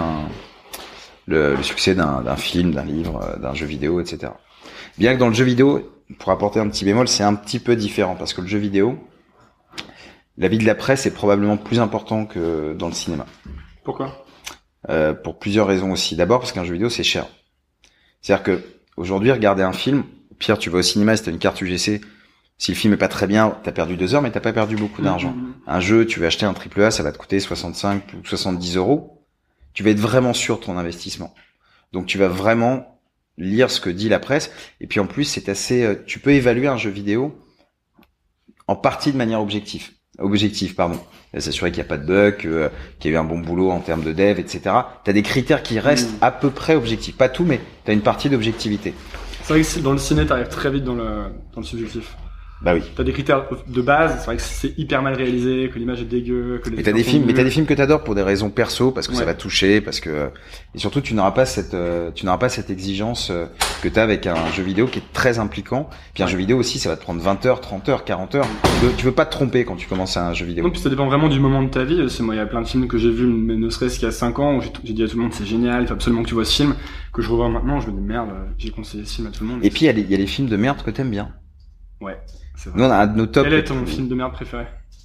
d'un film, d'un livre, d'un jeu vidéo, etc. Bien que dans le jeu vidéo, pour apporter un petit bémol, c'est un petit peu différent parce que le jeu vidéo, l'avis de la presse est probablement plus important que dans le cinéma. Pourquoi? Pour plusieurs raisons aussi. D'abord parce qu'un jeu vidéo c'est cher. C'est-à-dire que aujourd'hui, regarder un film, au pire tu vas au cinéma, si t'as une carte UGC, si le film est pas très bien, t'as perdu 2 heures, mais t'as pas perdu beaucoup d'argent. Un jeu, tu veux acheter un AAA, ça va te coûter 65 ou 70 euros. Tu vas être vraiment sûr de ton investissement. Donc tu vas vraiment lire ce que dit la presse. Et puis en plus, c'est assez. Tu peux évaluer un jeu vidéo en partie de manière objective. S'assurer qu'il n'y a pas de bug, qu'il y a eu un bon boulot en termes de dev, etc. T'as des critères qui restent à peu près objectifs. Pas tout, mais t'as une partie d'objectivité. C'est vrai que dans le ciné, t'arrives très vite dans le subjectif. Bah oui. T'as des critères de base, c'est vrai que c'est hyper mal réalisé, que l'image est dégueu, que les mais t'as des films que t'adores pour des raisons perso, parce que ça va toucher, parce que, et surtout tu n'auras pas cette exigence que t'as avec un jeu vidéo qui est très impliquant. Puis un jeu vidéo aussi, ça va te prendre 20 heures, 30 heures, 40 heures. Tu veux pas te tromper quand tu commences un jeu vidéo. Non, puis ça dépend vraiment du moment de ta vie. Moi, il y a plein de films que j'ai vus, mais ne serait-ce qu'il y a 5 ans, où j'ai dit à tout le monde c'est génial, il faut absolument que tu vois ce film, que je revois maintenant, je me dis merde, j'ai conseillé ce film à tout le monde. Et puis il y a les films de merde que t'aimes bien. Ouais. Nous, on a un de nos tops. Quel est ton film de merde préféré?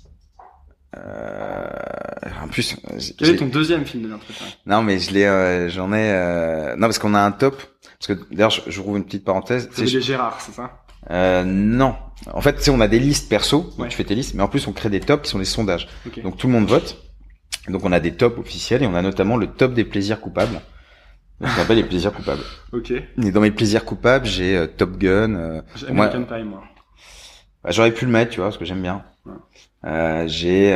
En plus, quel est ton deuxième film de merde préféré? Non, mais j'en ai, non, parce qu'on a un top. Parce que, d'ailleurs, je rouvre une petite parenthèse. C'est les Gérard, c'est ça? Non. En fait, tu sais, on a des listes perso. Donc tu fais tes listes, mais en plus, on crée des tops qui sont des sondages. Okay. Donc tout le monde vote. Donc on a des tops officiels et on a notamment le top des plaisirs coupables. Donc, on appelle les plaisirs coupables. Ok. Et dans mes plaisirs coupables, j'ai Top Gun. J'ai American Pie, moi. Bah, j'aurais pu le mettre, tu vois, parce que j'aime bien. Ouais.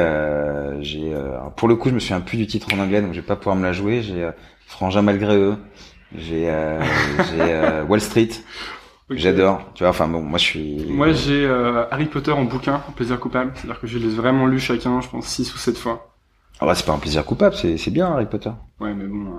Pour le coup, je me souviens plus du titre en anglais, donc je vais pas pouvoir me la jouer. J'ai Frangin malgré eux. J'ai Wall Street. Okay. J'adore. Tu vois, enfin bon, moi j'ai Harry Potter en bouquin, plaisir coupable. C'est-à-dire que je les ai vraiment lus chacun, je pense 6 ou 7 fois. Ah bah c'est pas un plaisir coupable, c'est bien Harry Potter. Ouais, mais bon,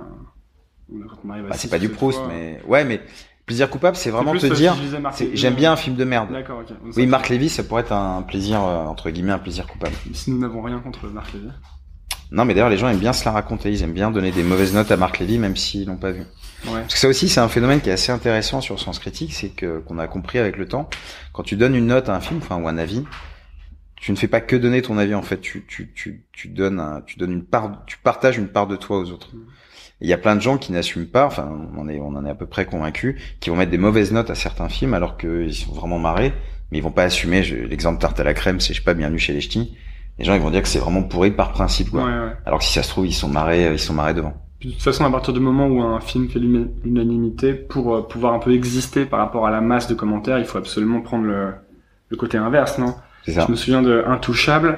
c'est pas du Proust, mais ouais, mais plaisir coupable, c'est vraiment te dire, j'aime bien un film de merde. D'accord, ok. Oui, Marc Lévy, ça pourrait être un plaisir, entre guillemets, un plaisir coupable. Si nous n'avons rien contre Marc Lévy. Non, mais d'ailleurs, les gens aiment bien se la raconter, ils aiment bien donner des mauvaises notes à Marc Lévy, même s'ils l'ont pas vu. Ouais. Parce que ça aussi, c'est un phénomène qui est assez intéressant sur Sens Critique, c'est qu'on a compris avec le temps, quand tu donnes une note à un film, ou un avis, tu ne fais pas que donner ton avis, en fait, tu donnes une part, tu partages une part de toi aux autres. Il y a plein de gens qui n'assument pas, enfin, on en est à peu près convaincus, qui vont mettre des mauvaises notes à certains films alors qu'ils sont vraiment marrés, mais ils vont pas assumer. L'exemple Tarte à la crème, c'est, je sais pas, Bienvenue chez les Ch'tis. Les gens, ils vont dire que c'est vraiment pourri par principe, quoi. Ouais. Alors que si ça se trouve, ils sont marrés devant. De toute façon, à partir du moment où un film fait l'unanimité, pour pouvoir un peu exister par rapport à la masse de commentaires, il faut absolument prendre le côté inverse, non? C'est ça. Je me souviens de Intouchable,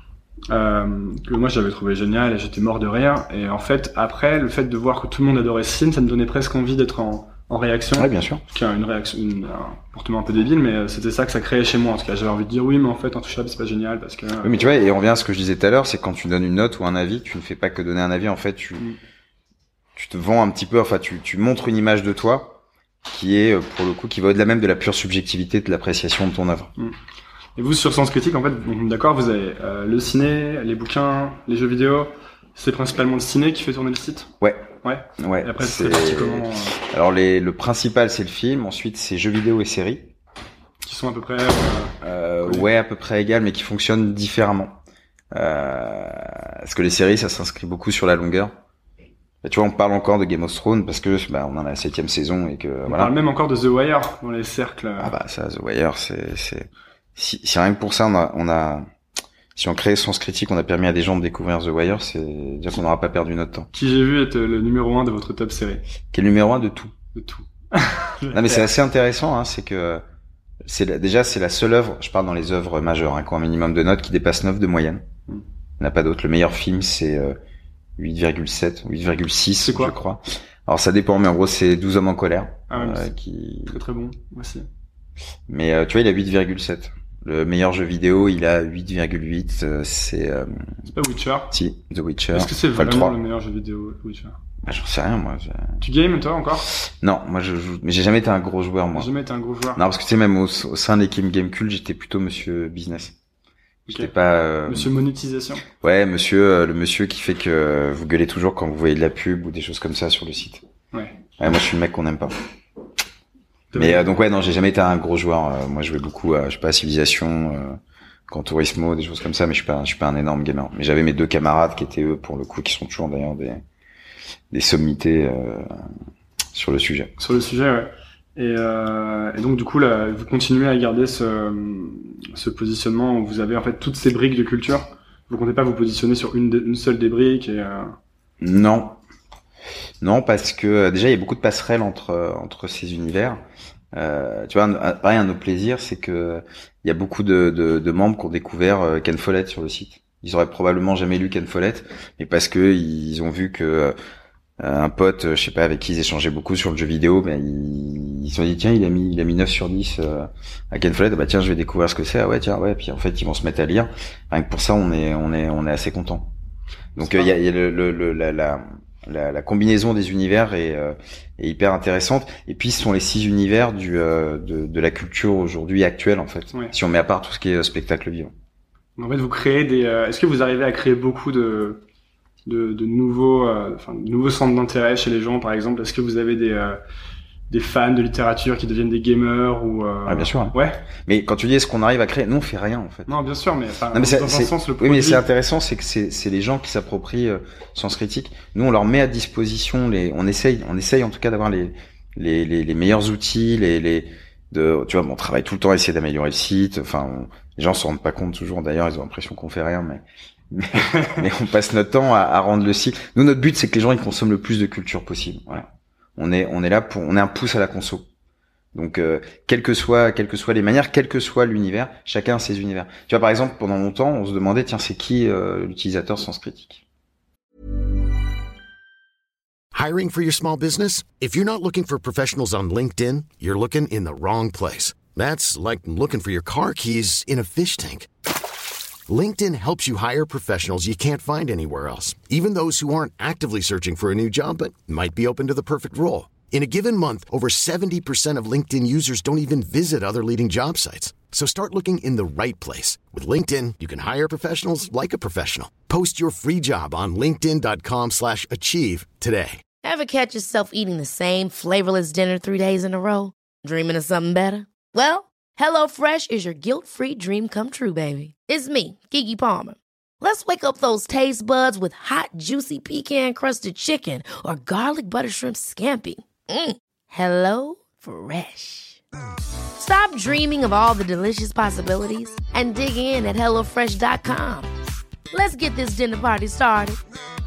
que moi j'avais trouvé génial et j'étais mort de rire, et en fait après le fait de voir que tout le monde adorait ce film, ça me donnait presque envie d'être en réaction. Ouais, bien sûr. Qui a un comportement un peu débile, mais c'était ça que ça créait chez moi. En tout cas, j'avais envie de dire oui, mais en fait Intouchable c'est pas génial parce que. Oui, mais tu vois, et on revient à ce que je disais tout à l'heure, c'est quand tu donnes une note ou un avis, tu ne fais pas que donner un avis. En fait, tu te vends un petit peu, enfin tu montres une image de toi qui est pour le coup qui va au-delà même de la pure subjectivité de l'appréciation de ton œuvre. Et vous, sur Sens Critique, en fait, d'accord, vous avez le ciné, les bouquins, les jeux vidéo. C'est principalement le ciné qui fait tourner le site. Ouais. Et après, c'est parti comment Alors le principal, c'est le film. Ensuite, c'est jeux vidéo et séries. Qui sont à peu près. Ouais, à peu près égales, mais qui fonctionnent différemment. Parce que les séries, ça s'inscrit beaucoup sur la longueur. Et tu vois, on parle encore de Game of Thrones parce que on en a la 7e saison et que on parle même encore de The Wire dans les cercles. Ah bah ça, The Wire, c'est. Si rien que pour ça, si on crée Sens Critique, on a permis à des gens de découvrir The Wire, c'est dire qu'on n'aura pas perdu notre temps. Qui j'ai vu être le numéro 1 de votre top série. Qui est le numéro 1 de tout. De tout. Non mais c'est assez intéressant, c'est que c'est la seule œuvre, je parle dans les œuvres majeures, qui ont un minimum de notes qui dépasse 9 de moyenne. Il n'y en a pas d'autre. Le meilleur film, c'est 8,7, 8,6, je crois. Alors ça dépend, mais en gros c'est 12 hommes en colère. Qui... Très très bon, aussi. Mais tu vois, il a 8,7. Le meilleur jeu vidéo, il a 8,8. C'est pas Witcher. Si, The Witcher. Est-ce que c'est vraiment le meilleur jeu vidéo, Witcher? Bah, j'en sais rien, moi. Tu games, toi, encore? Non, moi, je joue, mais j'ai jamais été un gros joueur, moi. Jamais été un gros joueur? Non, parce que tu sais, même au sein de l'équipe Gamecult, j'étais plutôt monsieur business. Okay. J'étais pas, Monsieur monétisation. Ouais, le monsieur qui fait que vous gueulez toujours quand vous voyez de la pub ou des choses comme ça sur le site. Ouais. Ouais, moi, je suis le mec qu'on n'aime pas. Mais donc ouais, non, j'ai jamais été un gros joueur. Moi, je jouais beaucoup à, je sais pas, Civilization, Gran Turismo, des choses comme ça, mais je suis pas un énorme gamer. Mais j'avais mes 2 camarades qui étaient eux, pour le coup, qui sont toujours d'ailleurs des sommités sur le sujet. Sur le sujet, ouais. Et donc du coup, là, vous continuez à garder ce positionnement où vous avez en fait toutes ces briques de culture. Vous comptez pas vous positionner sur une seule des briques et Non. Non, parce que déjà il y a beaucoup de passerelles entre ces univers. Tu vois, pareil, un de nos plaisirs, c'est que il y a beaucoup de membres qui ont découvert Ken Follett sur le site. Ils auraient probablement jamais lu Ken Follett, mais parce que ils ont vu que un pote, je sais pas, avec qui ils échangeaient beaucoup sur le jeu vidéo, ben ils se sont dit tiens, il a mis 9 sur 10 à Ken Follett, bah tiens, je vais découvrir ce que c'est. Ah ouais, tiens, ouais, puis en fait, ils vont se mettre à lire. Rien que pour ça, on est assez content. Donc il y a la combinaison des univers est hyper intéressante, et puis ce sont les 6 univers de la culture aujourd'hui actuelle en fait. Ouais. Si on met à part tout ce qui est spectacle vivant. En fait, vous créez est-ce que vous arrivez à créer beaucoup de nouveaux nouveaux centres d'intérêt chez les gens, par exemple? Est-ce que vous avez des fans de littérature qui deviennent des gamers ou Ah, bien sûr. Hein. Ouais. Mais quand tu dis est-ce qu'on arrive à créer, nous on fait rien en fait. Non, bien sûr, mais dans un sens le produit. Oui, mais c'est intéressant, c'est que c'est les gens qui s'approprient Sens Critique. Nous on leur met à disposition on essaye en tout cas d'avoir les meilleurs outils, tu vois, on travaille tout le temps à essayer d'améliorer le site. Enfin, les gens se rendent pas compte toujours. D'ailleurs, ils ont l'impression qu'on fait rien, mais on passe notre temps à rendre le site. Nous, notre but, c'est que les gens ils consomment le plus de culture possible. Voilà. On est là on est un pouce à la conso. Donc, quelles que soient les manières, quel que soit l'univers, chacun a ses univers. Tu vois, par exemple, pendant longtemps, on se demandait, tiens, c'est qui l'utilisateur Sens Critique? Hiring for your small business? If you're not looking for professionals on LinkedIn, you're looking in the wrong place. That's like looking for your car keys in a fish tank. LinkedIn helps you hire professionals you can't find anywhere else, even those who aren't actively searching for a new job but might be open to the perfect role. In a given month, over 70% of LinkedIn users don't even visit other leading job sites. So start looking in the right place. With LinkedIn, you can hire professionals like a professional. Post your free job on linkedin.com/achieve today. Ever catch yourself eating the same flavorless dinner 3 days in a row? Dreaming of something better? Well, HelloFresh is your guilt-free dream come true, baby. It's me, Keke Palmer. Let's wake up those taste buds with hot, juicy pecan-crusted chicken or garlic butter shrimp scampi. Hello Fresh. Stop dreaming of all the delicious possibilities and dig in at HelloFresh.com. Let's get this dinner party started.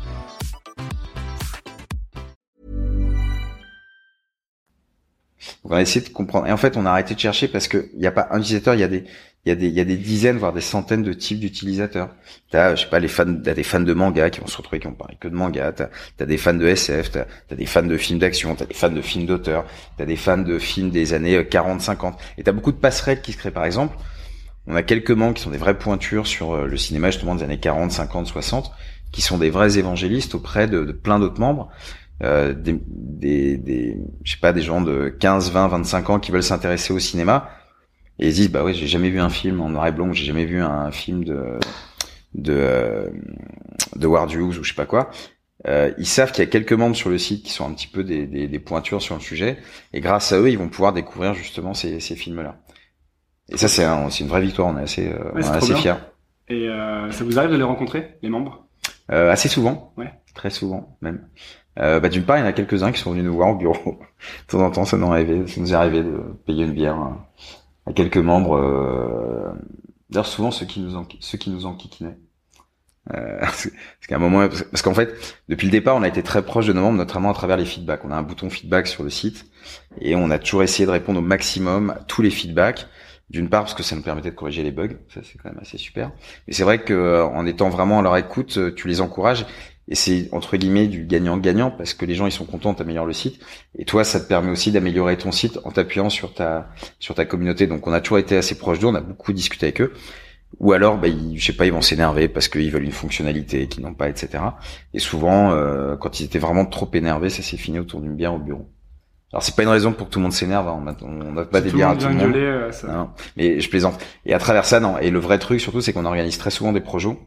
On va essayer de comprendre. Et en fait, on a arrêté de chercher parce que il y a pas un utilisateur, il y a des dizaines, voire des centaines de types d'utilisateurs. T'as, je sais pas, t'as des fans de manga qui vont se retrouver, qui vont parler que de manga. T'as des fans de SF, t'as des fans de films d'action, t'as des fans de films d'auteur, t'as des fans de films des années 40, 50. Et t'as beaucoup de passerelles qui se créent, par exemple. On a quelques membres qui sont des vraies pointures sur le cinéma, justement, des années 40, 50, 60, qui sont des vrais évangélistes auprès de plein d'autres membres. Je sais pas, des gens de 15, 20, 25 ans qui veulent s'intéresser au cinéma et ils disent bah oui, j'ai jamais vu un film en noir et blanc, j'ai jamais vu un film de Howard Hughes ou je sais pas quoi. Ils savent qu'il y a quelques membres sur le site qui sont un petit peu des pointures sur le sujet et grâce à eux, ils vont pouvoir découvrir justement ces films-là. Et ça c'est une vraie victoire, on est assez fiers. Et ça vous arrive de les rencontrer, les membres? Assez souvent. Ouais. Très souvent même. D'une part, il y en a quelques-uns qui sont venus nous voir au bureau. De temps en temps, ça nous est arrivé de payer une bière à quelques membres. D'ailleurs, souvent ceux qui nous enquiquinaient. Parce qu'à un moment, parce qu'en fait, depuis le départ, on a été très proche de nos membres, notamment à travers les feedbacks. On a un bouton feedback sur le site et on a toujours essayé de répondre au maximum à tous les feedbacks. D'une part, parce que ça nous permettait de corriger les bugs. Ça, c'est quand même assez super. Mais c'est vrai que en étant vraiment à leur écoute, tu les encourages. Et c'est, entre guillemets, du gagnant-gagnant, parce que les gens, ils sont contents, t'améliores le site. Et toi, ça te permet aussi d'améliorer ton site en t'appuyant sur ta communauté. Donc, on a toujours été assez proche d'eux, on a beaucoup discuté avec eux. Ou alors, je sais pas, ils vont s'énerver parce qu'ils veulent une fonctionnalité qu'ils n'ont pas, etc. Et souvent, quand ils étaient vraiment trop énervés, ça s'est fini autour d'une bière au bureau. Alors, c'est pas une raison pour que tout le monde s'énerve, hein. On n'a pas des bières à tout le monde. Non, mais je plaisante. Et à travers ça, non. Et le vrai truc, surtout, c'est qu'on organise très souvent des projos.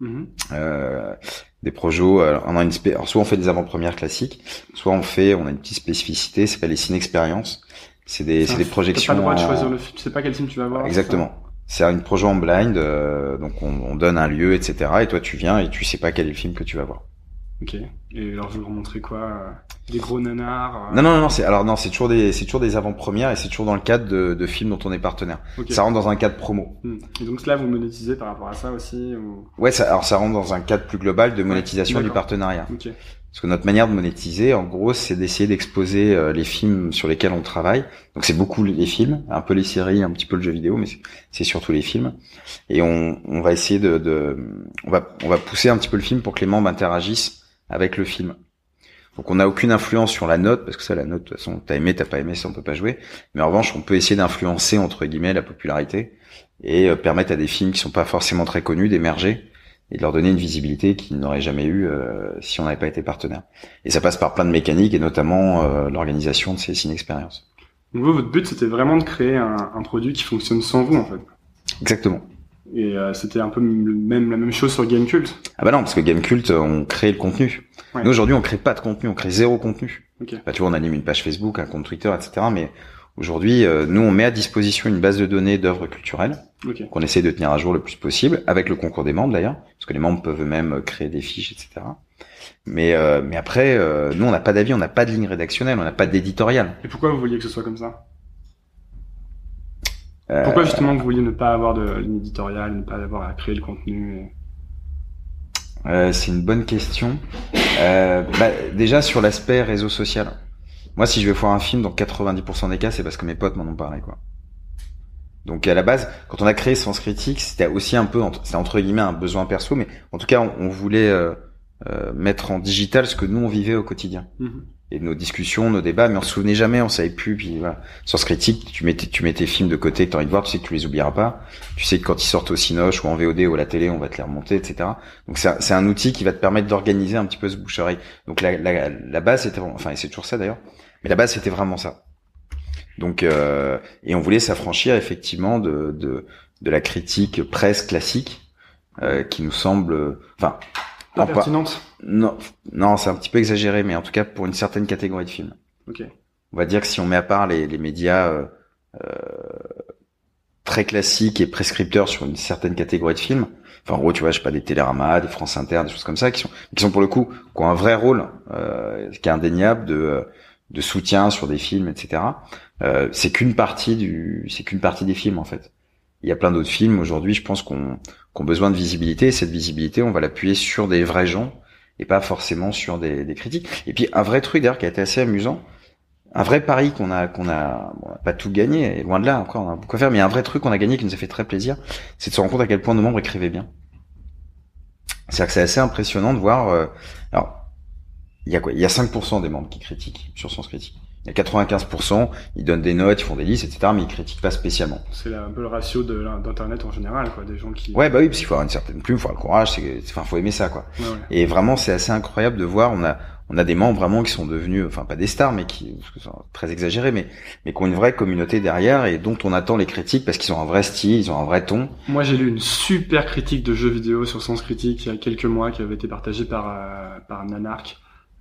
Des projos, alors soit on fait des avant-premières classiques, soit on a une petite spécificité, ça s'appelle les ciné-expériences. C'est des projections. T'as pas le droit de choisir le film, tu sais pas quel film tu vas voir. Exactement. C'est une projet en blind, donc on donne un lieu, etc. Et toi tu viens et tu sais pas quel est le film que tu vas voir. Ok. Et alors vous leur montrez quoi? Des gros nanars? Non, c'est toujours des avant-premières et c'est toujours dans le cadre de films dont on est partenaire. Okay. Ça rentre dans un cadre promo. Et donc là vous monétisez par rapport à ça aussi ou... Ouais, ça rentre dans un cadre plus global de monétisation du partenariat. Okay. Parce que notre manière de monétiser, en gros, c'est d'essayer d'exposer les films sur lesquels on travaille. Donc c'est beaucoup les films, un peu les séries, un petit peu le jeu vidéo, mais c'est surtout les films. Et on va essayer on va pousser un petit peu le film pour que les membres interagissent avec le film. Donc on n'a aucune influence sur la note, parce que ça, la note, de toute façon, t'as aimé, t'as pas aimé, ça on peut pas jouer. Mais en revanche, on peut essayer d'influencer, entre guillemets, la popularité et permettre à des films qui sont pas forcément très connus d'émerger et de leur donner une visibilité qu'ils n'auraient jamais eu si on n'avait pas été partenaire. Et ça passe par plein de mécaniques, et notamment l'organisation de ces ciné-expériences. Donc vous, votre but, c'était vraiment de créer un produit qui fonctionne sans vous, en fait. Exactement. Et c'était un peu la même chose sur Gamecult. Ah bah non, parce que Gamecult, on crée le contenu. Ouais. Nous, aujourd'hui, on crée pas de contenu, on crée zéro contenu. Okay. Bah, tu vois, on anime une page Facebook, un compte Twitter, etc. Mais aujourd'hui, nous, on met à disposition une base de données d'œuvres culturelles qu'on essaie de tenir à jour le plus possible, avec le concours des membres d'ailleurs, parce que les membres peuvent eux-mêmes créer des fiches, etc. Mais après, nous, on n'a pas d'avis, on n'a pas de ligne rédactionnelle, on n'a pas d'éditorial. Et pourquoi vous vouliez que ce soit comme ça ? Pourquoi justement vous vouliez ne pas avoir de ligne éditoriale, ne pas avoir à créer le contenu C'est une bonne question. Déjà sur l'aspect réseau social. Moi, si je vais voir un film, dans 90% des cas, c'est parce que mes potes m'en ont parlé, quoi. Donc à la base, quand on a créé Sens Critique, c'était aussi un peu, c'est entre guillemets un besoin perso, mais en tout cas, on voulait mettre en digital ce que nous on vivait au quotidien. Et nos discussions, nos débats, mais on se souvenait jamais, on savait plus. Puis voilà, Sens Critique, tu mets tes films de côté que t'as envie de voir, tu sais que tu les oublieras pas. Tu sais que quand ils sortent au Cinoche ou en VOD ou à la télé, on va te les remonter, etc. Donc c'est un outil qui va te permettre d'organiser un petit peu ce bouche-oreille. Donc la base c'était vraiment, enfin et c'est toujours ça d'ailleurs, mais la base c'était vraiment ça. Donc et on voulait s'affranchir effectivement de la critique presse classique qui nous semble, enfin. Pas pertinente. Non, c'est un petit peu exagéré, mais en tout cas pour une certaine catégorie de films. Ok. On va dire que si on met à part les médias très classiques et prescripteurs sur une certaine catégorie de films, enfin en gros tu vois, je sais pas, des Télérama, des France Inter, des choses comme ça, qui sont pour le coup, qui ont un vrai rôle, qui est indéniable de soutien sur des films, etc. C'est qu'une partie des films en fait. Il y a plein d'autres films aujourd'hui, je pense qu'on ont besoin de visibilité, et cette visibilité, on va l'appuyer sur des vrais gens et pas forcément sur des critiques. Et puis un vrai truc d'ailleurs qui a été assez amusant, un vrai pari qu'on a on n'a pas tout gagné, et loin de là encore, on a beaucoup à faire, mais un vrai truc qu'on a gagné qui nous a fait très plaisir, c'est de se rendre compte à quel point nos membres écrivaient bien. C'est-à-dire que c'est assez impressionnant de voir. Alors, il y a quoi ? Il y a 5% des membres qui critiquent sur Sens Critique. Il y a 95%, ils donnent des notes, ils font des listes, etc., mais ils critiquent pas spécialement. C'est un peu le ratio d'internet en général, quoi, des gens qui... Ouais, bah oui, parce qu'il faut avoir une certaine plume, il faut avoir le courage, faut aimer ça, quoi. Ouais. Et vraiment, c'est assez incroyable de voir, on a des membres vraiment qui sont devenus, enfin, pas des stars, mais qui, sont très exagérés, mais qui ont une vraie communauté derrière et dont on attend les critiques parce qu'ils ont un vrai style, ils ont un vrai ton. Moi, j'ai lu une super critique de jeux vidéo sur Sens Critique il y a quelques mois qui avait été partagée par Nanark.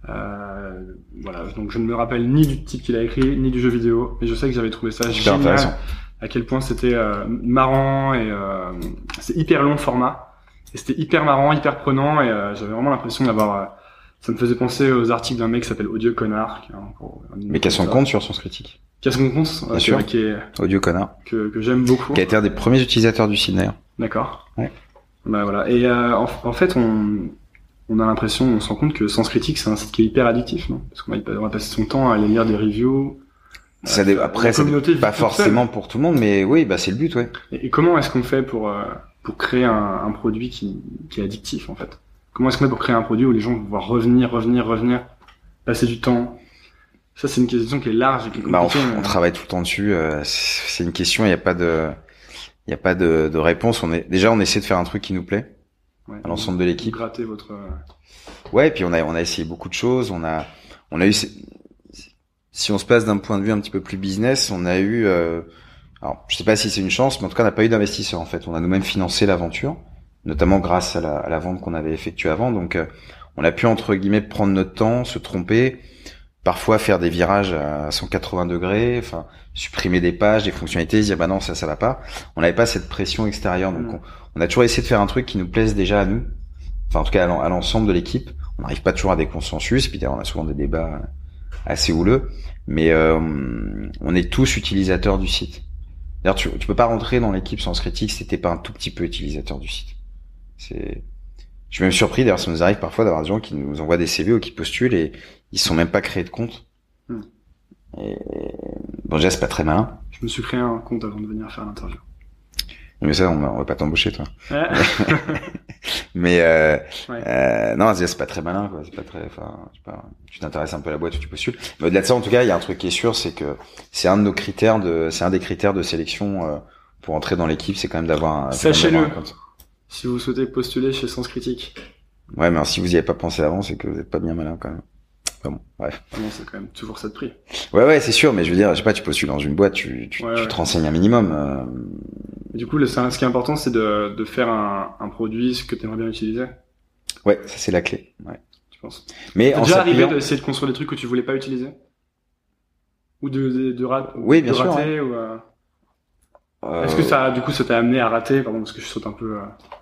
Voilà, donc je ne me rappelle ni du titre qu'il a écrit ni du jeu vidéo, mais je sais que j'avais trouvé ça génial, à quel point c'était marrant et c'est hyper long format et c'était hyper marrant, hyper prenant et j'avais vraiment l'impression d'avoir ça me faisait penser aux articles d'un mec qui s'appelle Odieux Connard mais qui a son compte sur Sens Critique, qui a son compte, bien sûr, qui est Odieux Connard, que j'aime beaucoup, qui a été un des premiers utilisateurs du site d'ailleurs. D'accord. Ouais. Bah voilà, et en fait on a l'impression, on se rend compte que Sens Critique, c'est un site qui est hyper addictif, non ? Parce qu'on va passer son temps à aller lire des reviews. Après, ça pas forcément pour tout le monde, mais oui, bah c'est le but, ouais. Et comment est-ce qu'on fait pour créer un produit qui est addictif, en fait ? Comment est-ce qu'on fait pour créer un produit où les gens vont pouvoir revenir, passer du temps ? Ça, c'est une question qui est large et qui est compliquée. On travaille tout le temps dessus. C'est une question, il n'y a pas de réponse. On essaie de faire un truc qui nous plaît. Ouais, à l'ensemble de l'équipe. Gratter votre... Ouais, et puis on a essayé beaucoup de choses. On a eu, si on se place d'un point de vue un petit peu plus business, on a eu, alors je sais pas si c'est une chance, mais en tout cas on n'a pas eu d'investisseurs en fait. On a nous-mêmes financé l'aventure, notamment grâce à la vente qu'on avait effectuée avant. Donc on a pu entre guillemets prendre notre temps, se tromper, parfois faire des virages à 180 degrés, enfin supprimer des pages, des fonctionnalités, se dire bah non ça va pas. On n'avait pas cette pression extérieure, donc on a toujours essayé de faire un truc qui nous plaise déjà à nous, enfin en tout cas à l'ensemble de l'équipe. On n'arrive pas toujours à des consensus, puis d'ailleurs on a souvent des débats assez houleux, mais on est tous utilisateurs du site. D'ailleurs tu peux pas rentrer dans l'équipe Sens Critique si t'es pas un tout petit peu utilisateur du site. Je suis même surpris, d'ailleurs, ça nous arrive parfois d'avoir des gens qui nous envoient des CV ou qui postulent et ils sont même pas créés de compte. Et bon, déjà, c'est pas très malin. Je me suis créé un compte avant de venir faire l'interview. Mais ça, on va pas t'embaucher, toi. Ouais. Mais non, c'est pas très malin, quoi. C'est pas très, enfin, je sais pas. Tu t'intéresses un peu à la boîte où tu postules. Mais au-delà de ça, en tout cas, il y a un truc qui est sûr, c'est que c'est un des critères de sélection pour entrer dans l'équipe, c'est quand même d'avoir un. Sachez-le. Si vous souhaitez postuler chez Sens Critique. Ouais, mais alors, si vous y avez pas pensé avant, c'est que vous êtes pas bien malin quand même. Enfin bon, bref. Non, c'est quand même toujours ça de prix. Ouais, c'est sûr, mais je veux dire, je sais pas, tu postules dans une boîte, tu te renseignes un minimum. Du coup, ce qui est important, c'est de faire un produit que tu aimerais bien utiliser. Ouais, ça c'est la clé. Ouais. Tu penses? Mais t'es déjà arrivé d'essayer de construire des trucs que tu voulais pas utiliser? Ou de rater? Oui, bien sûr. Rater, ou, Est-ce que ça t'a amené à rater? Pardon, parce que je saute un peu.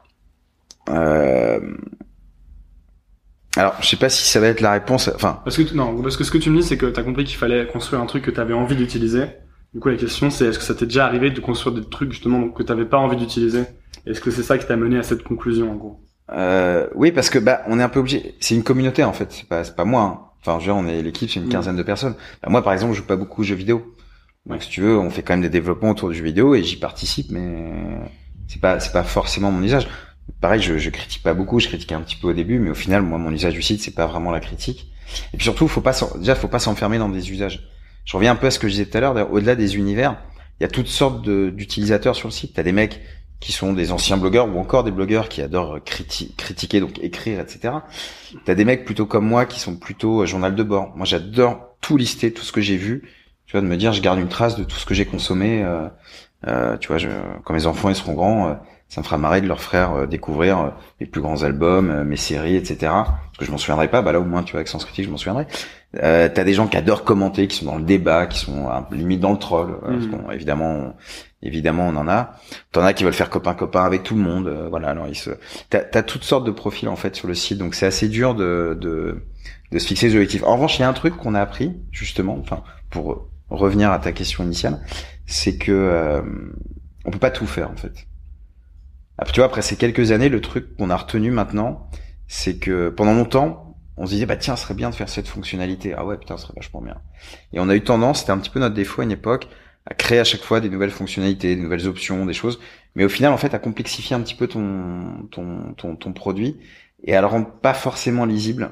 Alors, je sais pas si ça va être la réponse. Enfin. Parce que ce que tu me dis, c'est que t'as compris qu'il fallait construire un truc que t'avais envie d'utiliser. Du coup, la question, c'est est-ce que ça t'est déjà arrivé de construire des trucs justement que t'avais pas envie d'utiliser? Est-ce que c'est ça qui t'a mené à cette conclusion, en gros? Oui, parce que on est un peu obligé. C'est une communauté en fait. C'est pas moi. Hein. Enfin, je veux dire, l'équipe, c'est une quinzaine de personnes. Moi, par exemple, je joue pas beaucoup aux jeux vidéo. Donc, si tu veux, on fait quand même des développements autour du jeu vidéo et j'y participe, mais c'est pas forcément mon usage. Pareil, je critique pas beaucoup, je critique un petit peu au début, mais au final, moi, mon usage du site, c'est pas vraiment la critique. Et puis surtout, faut pas s'enfermer dans des usages. Je reviens un peu à ce que je disais tout à l'heure, au-delà des univers, il y a toutes sortes d'utilisateurs sur le site. T'as des mecs qui sont des anciens blogueurs ou encore des blogueurs qui adorent critiquer, donc écrire, etc. T'as des mecs plutôt comme moi qui sont plutôt journal de bord. Moi, j'adore tout lister, tout ce que j'ai vu. Tu vois, de me dire, je garde une trace de tout ce que j'ai consommé. Tu vois, quand mes enfants ils seront grands, ça me fera marrer de leur faire découvrir les plus grands albums, mes séries, etc. Parce que je m'en souviendrai pas. Là, au moins, tu vois, avec Sens Critique, je m'en souviendrai. T'as des gens qui adorent commenter, qui sont dans le débat, qui sont limite dans le troll. Parce qu'on, évidemment, on en a. T'en as qui veulent faire copain avec tout le monde. Voilà. Alors t'as toutes sortes de profils en fait sur le site, donc c'est assez dur de se fixer des objectifs. En revanche, il y a un truc qu'on a appris justement, enfin, pour revenir à ta question initiale, c'est que on peut pas tout faire en fait. Tu vois, après ces quelques années, le truc qu'on a retenu maintenant, c'est que pendant longtemps, on se disait tiens, ce serait bien de faire cette fonctionnalité. Ah ouais, putain, ce serait vachement bien. Et on a eu tendance, c'était un petit peu notre défaut à une époque, à créer à chaque fois des nouvelles fonctionnalités, des nouvelles options, des choses, mais au final en fait à complexifier un petit peu ton produit et à le rendre pas forcément lisible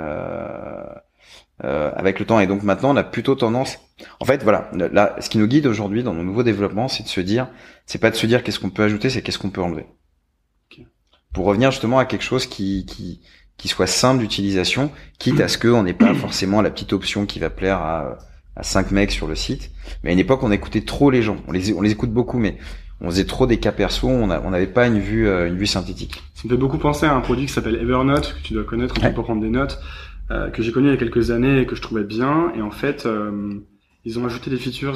avec le temps. Et donc maintenant on a plutôt tendance, en fait voilà, là ce qui nous guide aujourd'hui dans nos nouveaux développements, c'est de se dire, c'est pas de se dire qu'est-ce qu'on peut ajouter, c'est qu'est-ce qu'on peut enlever. Okay. Pour revenir justement à quelque chose qui soit simple d'utilisation, quitte à ce que on n'ait pas forcément la petite option qui va plaire à 5 mecs sur le site. Mais à une époque, on écoutait trop les gens. On les écoute beaucoup, mais on faisait trop des cas perso. On n'avait pas une vue synthétique. Ça me fait beaucoup penser à un produit qui s'appelle Evernote, que tu dois connaître pour prendre des notes, que j'ai connu il y a quelques années et que je trouvais bien. Et en fait, ils ont ajouté des features.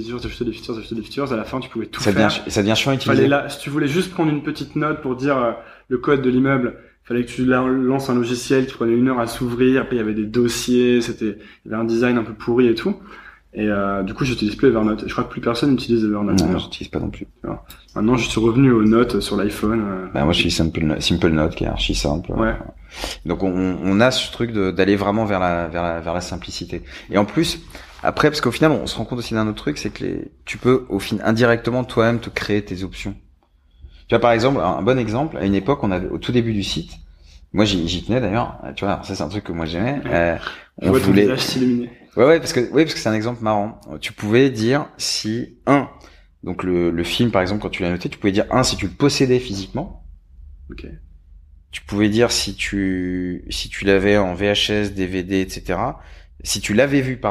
À la fin, tu pouvais tout faire. Ça devient chiant à utiliser. Si tu voulais juste prendre une petite note pour dire le code de l'immeuble, fallait que tu lances un logiciel qui prenait 1 heure à s'ouvrir. Après, il y avait des dossiers, il y avait un design un peu pourri et tout. Et du coup, j'utilise plus Evernote. Je crois que plus personne n'utilise Evernote. Non, j'utilise pas non plus. Alors, maintenant, je suis revenu aux notes sur l'iPhone. Moi, je suis Simple Note, qui est archi simple. Ouais. Donc, on a ce truc d'aller vraiment vers la simplicité. Et en plus, après, parce qu'au final, on se rend compte aussi d'un autre truc, c'est que tu peux, indirectement, toi-même, te créer tes options. Tu vois, par exemple, un bon exemple, à une époque, on avait, au tout début du site, moi, j'y tenais d'ailleurs, tu vois, alors ça, c'est un truc que moi j'aimais, on voulait... ton visage s'illuminer. Ouais, parce que c'est un exemple marrant. Tu pouvais dire si, donc le film, par exemple, quand tu l'as noté, tu pouvais dire, si tu le possédais physiquement. Ok. Tu pouvais dire si tu l'avais en VHS, DVD, etc. Si tu l'avais vu,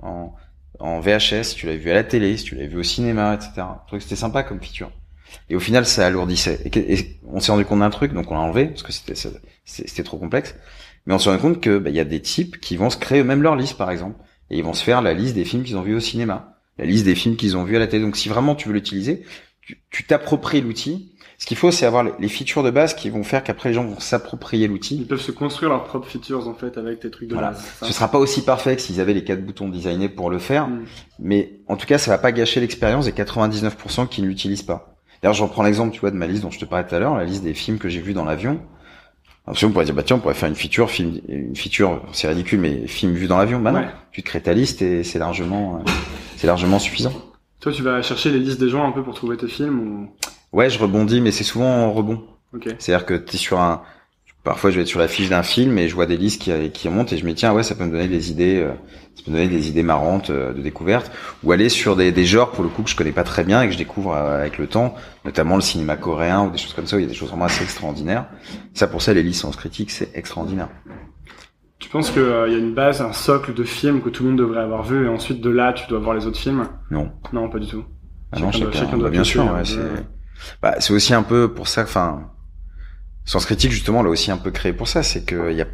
en VHS, si tu l'avais vu à la télé, si tu l'avais vu au cinéma, etc. C'était sympa comme feature. Et au final, ça alourdissait. Et on s'est rendu compte d'un truc, donc on l'a enlevé, parce que c'était trop complexe. Mais on s'est rendu compte que, y a des types qui vont se créer eux-mêmes leur liste, par exemple. Et ils vont se faire la liste des films qu'ils ont vus au cinéma. La liste des films qu'ils ont vus à la télé. Donc si vraiment tu veux l'utiliser, tu t'appropries l'outil. Ce qu'il faut, c'est avoir les features de base qui vont faire qu'après les gens vont s'approprier l'outil. Ils peuvent se construire leurs propres features, en fait, avec tes trucs de base. Ce sera pas aussi parfait que s'ils avaient les 4 boutons designés pour le faire. Mais, en tout cas, ça va pas gâcher l'expérience des 99% qui ne l'utilisent pas. D'ailleurs, je reprends l'exemple, tu vois, de ma liste dont je te parlais tout à l'heure, la liste des films que j'ai vus dans l'avion. Alors, on pourrait dire, bah tiens, on pourrait faire une feature, c'est ridicule, mais film vu dans l'avion. Bah non, tu te crées ta liste et c'est largement suffisant. Toi, tu vas chercher les listes des gens un peu pour trouver tes films ou... Ouais, je rebondis, mais c'est souvent en rebond. Okay. C'est-à-dire que parfois je vais être sur la fiche d'un film et je vois des listes qui remontent et je me dis, tiens, ouais, ça peut me donner des idées marrantes de découverte, ou aller sur des genres pour le coup que je connais pas très bien et que je découvre avec le temps, notamment le cinéma coréen ou des choses comme ça où il y a des choses vraiment assez extraordinaires. Ça, pour ça, les listes Sens Critique, c'est extraordinaire. Tu penses qu'il y a une base, un socle de films que tout le monde devrait avoir vu et ensuite de là, tu dois voir les autres films? Non. Non, pas du tout. Chacun doit bien sûr, ouais, c'est aussi un peu pour ça, enfin, Sens Critique, justement, l'a aussi un peu créé pour ça, c'est qu'il y a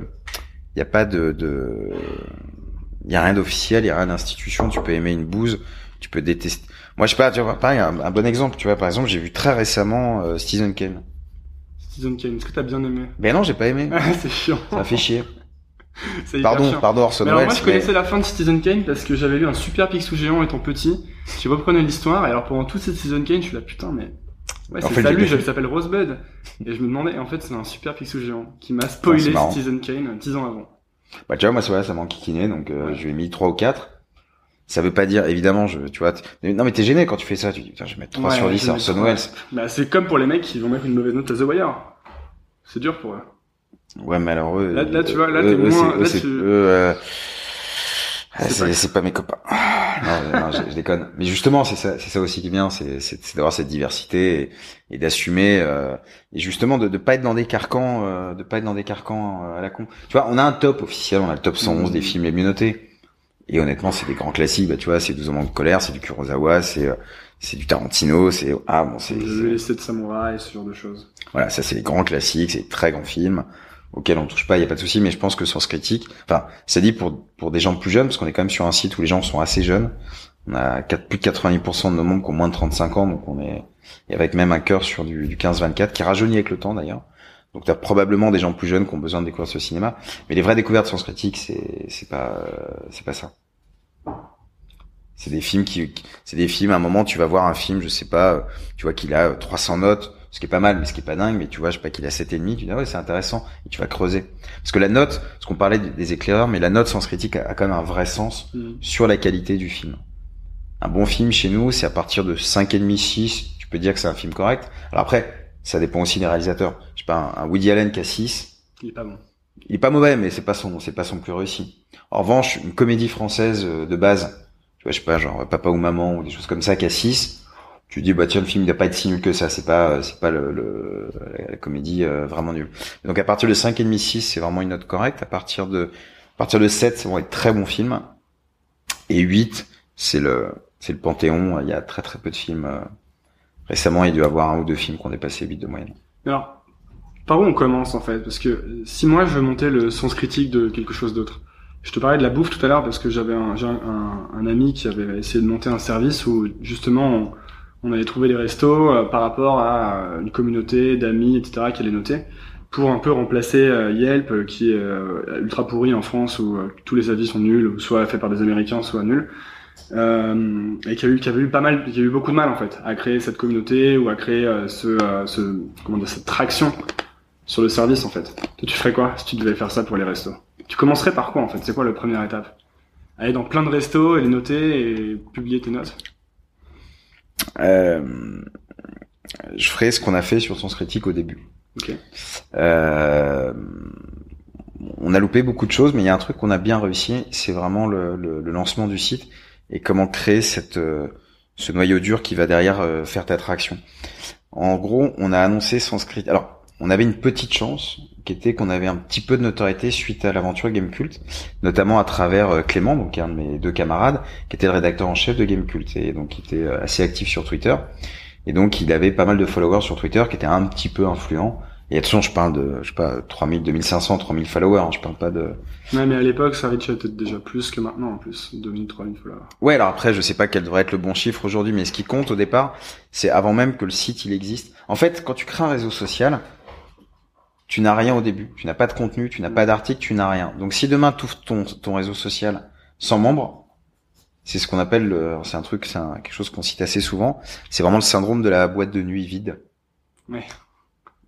rien d'officiel, il y a rien d'institution, tu peux aimer une bouse, tu peux détester. Moi, je sais pas, tu vois, pareil, un bon exemple, tu vois, par exemple, j'ai vu très récemment Citizen Kane. Citizen Kane, est-ce que t'as bien aimé? Ben non, j'ai pas aimé. C'est chiant. Ça m'a fait chier. Pardon, Orson Welles. Alors moi, je connaissais la fin de Citizen Kane parce que j'avais lu un super Picsou géant étant petit. Je reprenais l'histoire et alors pendant toute cette Citizen Kane, je suis là, putain, mais... Ouais, c'est Salut, il s'appelle Rosebud. Et je me demandais, en fait, c'est un super Picsou géant qui m'a spoilé Citizen Kane 10 ans avant. Bah, tu vois, moi, ça m'a enquiquiné, donc, je lui ai mis 3 ou 4. Ça veut pas dire, évidemment, tu vois, non, mais t'es gêné quand tu fais ça, tu dis, putain, je vais mettre 3 sur 10 à Orson Welles. Bah, c'est comme pour les mecs qui vont mettre une mauvaise note à The Wire. C'est dur pour eux. Ouais, mais alors là, tu vois, là, t'es moins, c'est pas mes copains. Non, je déconne. Mais justement, c'est ça aussi qui est bien, c'est d'avoir cette diversité et d'assumer, et justement de pas être dans des carcans, à la con. Tu vois, on a un top officiel, on a le top 111 des films les mieux notés. Et honnêtement, c'est des grands classiques, bah, tu vois, c'est 12 hommes de colère, c'est du Kurosawa, c'est du Tarantino, c'est les 7 samouraïs, ce genre de choses. Voilà, ça c'est les grands classiques, c'est des très grands films auxquels on touche pas, il y a pas de souci, mais je pense que Sens Critique, enfin, ça dit pour des gens plus jeunes, parce qu'on est quand même sur un site où les gens sont assez jeunes. On a plus de 90% de nos membres qui ont moins de 35 ans, donc et avec même un cœur sur du 15-24, qui rajeunit avec le temps d'ailleurs. Donc t'as probablement des gens plus jeunes qui ont besoin de découvrir ce cinéma, mais les vraies découvertes Sens Critique, c'est pas ça. C'est des films, à un moment, tu vas voir un film, je sais pas, tu vois qu'il a 300 notes, ce qui est pas mal, mais ce qui est pas dingue, mais tu vois, je sais pas, qu'il a 7,5, tu dis, ah ouais, c'est intéressant, et tu vas creuser. Parce que la note, parce qu'on parlait des éclaireurs, mais la note Sens Critique a quand même un vrai sens sur la qualité du film. Un bon film, chez nous, c'est à partir de 5,5, 6, tu peux dire que c'est un film correct. Alors après, ça dépend aussi des réalisateurs. Je sais pas, un Woody Allen qui a 6. Il est pas bon. Il est pas mauvais, mais c'est pas son plus réussi. En revanche, une comédie française de base, tu vois, je sais pas, genre Papa ou Maman ou des choses comme ça qui a 6, tu dis bah tiens, le film il doit pas être si nul que ça, c'est pas la comédie vraiment nulle. Donc à partir de 5,5, 6, c'est vraiment une note correcte. À partir de 7, c'est vraiment un très bon film. Et 8, c'est le panthéon, il y a très très peu de films. Récemment, il y a dû avoir 1 ou 2 films qui ont dépassé 8 de moyenne. Alors, par où on commence en fait? Parce que si moi je veux monter le Sens Critique de quelque chose d'autre, je te parlais de la bouffe tout à l'heure parce que j'avais un ami qui avait essayé de monter un service où justement on allait trouver les restos par rapport à une communauté d'amis, etc. qui allait noter pour un peu remplacer Yelp qui est ultra pourri en France où tous les avis sont nuls, ou soit faits par des Américains, soit nuls. Et qui a eu beaucoup de mal en fait à créer cette communauté ou à créer cette traction sur le service en fait. Toi, tu ferais quoi si tu devais faire ça pour les restos? Tu commencerais par quoi en fait? C'est quoi la première étape? Aller dans plein de restos et les noter et publier tes notes? Je ferais ce qu'on a fait sur Sens Critique au début. Ok. On a loupé beaucoup de choses, mais il y a un truc qu'on a bien réussi, c'est vraiment le lancement du site et comment créer ce noyau dur qui va derrière faire ta traction. En gros, on a annoncé Sens Critique. Alors, on avait une petite chance qui était qu'on avait un petit peu de notoriété suite à l'aventure Gamecult, notamment à travers Clément, donc un de mes 2 camarades, qui était le rédacteur en chef de Gamecult et donc qui était assez actif sur Twitter. Et donc, il avait pas mal de followers sur Twitter qui étaient un petit peu influents. Et attention, je parle de, je sais pas, 3000, 2500, 3000 followers, hein, je parle pas de... Ouais, mais à l'époque, ça reachait peut-être déjà plus que maintenant, en plus. 2000, 3000 followers. Ouais, alors après, je sais pas quel devrait être le bon chiffre aujourd'hui, mais ce qui compte au départ, c'est avant même que le site, il existe. En fait, quand tu crées un réseau social, tu n'as rien au début. Tu n'as pas de contenu, tu n'as pas d'article, tu n'as rien. Donc si demain, tu ouvres ton réseau social sans membres, c'est ce qu'on appelle quelque chose qu'on cite assez souvent. C'est vraiment le syndrome de la boîte de nuit vide. Ouais.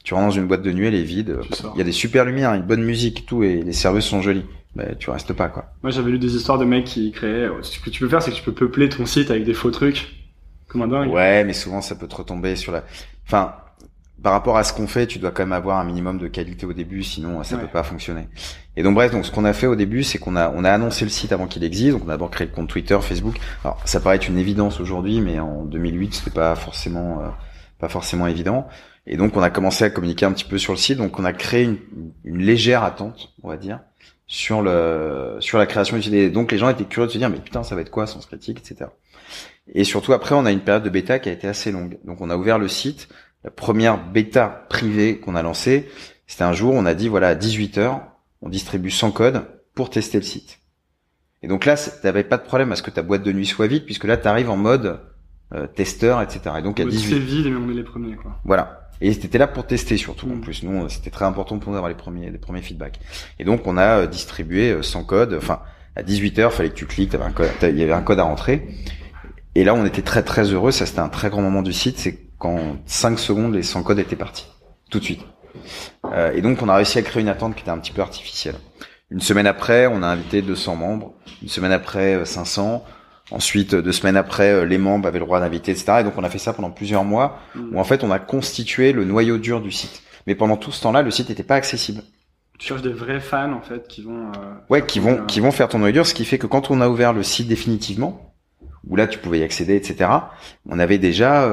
Tu rentres dans une boîte de nuit, elle est vide. Il y a des super lumières, une bonne musique et tout, et les serveuses sont jolies. Tu restes pas, quoi. Moi, j'avais lu des histoires de mecs qui créaient. Ce que tu peux faire, c'est que tu peux peupler ton site avec des faux trucs, comme un dingue. Ouais, mais souvent, ça peut te retomber sur Enfin, par rapport à ce qu'on fait, tu dois quand même avoir un minimum de qualité au début, sinon ça peut pas fonctionner. Et donc bref, ce qu'on a fait au début, c'est qu'on a annoncé le site avant qu'il existe. Donc on a d'abord créé le compte Twitter, Facebook. Alors ça paraît être une évidence aujourd'hui, mais en 2008, c'était pas forcément évident. Et donc on a commencé à communiquer un petit peu sur le site. Donc on a créé une légère attente, on va dire, sur la création du site. Et donc les gens étaient curieux de se dire mais putain, ça va être quoi Sens Critique, etc. Et surtout après, on a une période de bêta qui a été assez longue. Donc on a ouvert le site. La première bêta privée qu'on a lancée, c'était un jour, on a dit voilà, à 18h, on distribue 100 codes pour tester le site. Et donc là, t'avais pas de problème à ce que ta boîte de nuit soit vide, puisque là, t'arrives en mode testeur, etc. Et donc à 18h. C'est vide, mais on est les premiers, quoi. Voilà. Et t'étais là pour tester surtout. En plus, nous, c'était très important pour nous d'avoir les premiers feedbacks. Et donc on a distribué 100 codes. Enfin, à 18h, fallait que tu cliques, il y avait un code à rentrer. Et là, on était très très heureux. Ça, c'était un très grand moment du site. C'est qu'en 5 secondes, les 100 codes étaient partis. Tout de suite. Et donc, on a réussi à créer une attente qui était un petit peu artificielle. Une semaine après, on a invité 200 membres. Une semaine après, 500. Ensuite, 2 semaines après, les membres avaient le droit d'inviter, etc. Et donc, on a fait ça pendant plusieurs mois, où en fait, on a constitué le noyau dur du site. Mais pendant tout ce temps-là, le site n'était pas accessible. Tu cherches des vrais fans, en fait, qui vont... qui vont faire ton noyau dur, ce qui fait que quand on a ouvert le site définitivement, où là tu pouvais y accéder, etc. On avait déjà,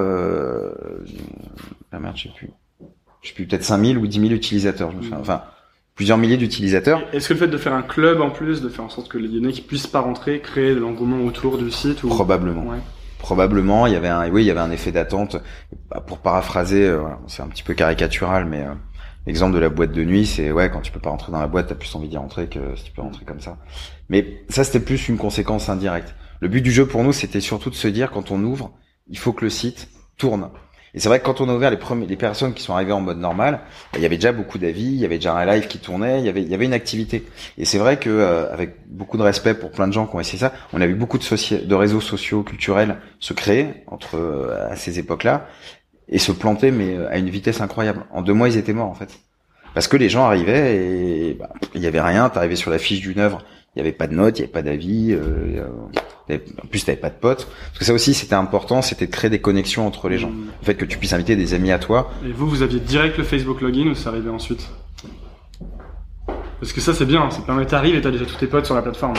je sais plus, peut-être 5000 ou 10 000 utilisateurs. Enfin, plusieurs milliers d'utilisateurs. Est-ce que le fait de faire un club en plus, de faire en sorte que les données qui puissent pas rentrer, créer de l'engouement autour du site ou... Probablement. Ouais. Probablement, il y avait un effet d'attente. Pour paraphraser, c'est un petit peu caricatural, mais l'exemple de la boîte de nuit, c'est quand tu peux pas rentrer dans la boîte, t'as plus envie d'y rentrer que si tu peux rentrer comme ça. Mais ça, c'était plus une conséquence indirecte. Le but du jeu pour nous, c'était surtout de se dire, quand on ouvre, il faut que le site tourne. Et c'est vrai que quand on a ouvert les personnes qui sont arrivées en mode normal, il y avait déjà beaucoup d'avis, il y avait déjà un live qui tournait, il y avait une activité. Et c'est vrai que avec beaucoup de respect pour plein de gens qui ont essayé ça, on a vu beaucoup de réseaux sociaux, culturels se créer à ces époques-là et se planter, mais à une vitesse incroyable. En 2 mois, ils étaient morts en fait, parce que les gens arrivaient et il y avait rien. T'arrivais sur la fiche d'une œuvre, il y avait pas de notes, il y avait pas d'avis. En plus, t'avais pas de potes. Parce que ça aussi, c'était important, c'était de créer des connexions entre les gens. Le fait que tu puisses inviter des amis à toi. Et vous aviez direct le Facebook login ou ça arrivait ensuite? Parce que ça, c'est bien. Ça permet t'arrives et t'as déjà tous tes potes sur la plateforme.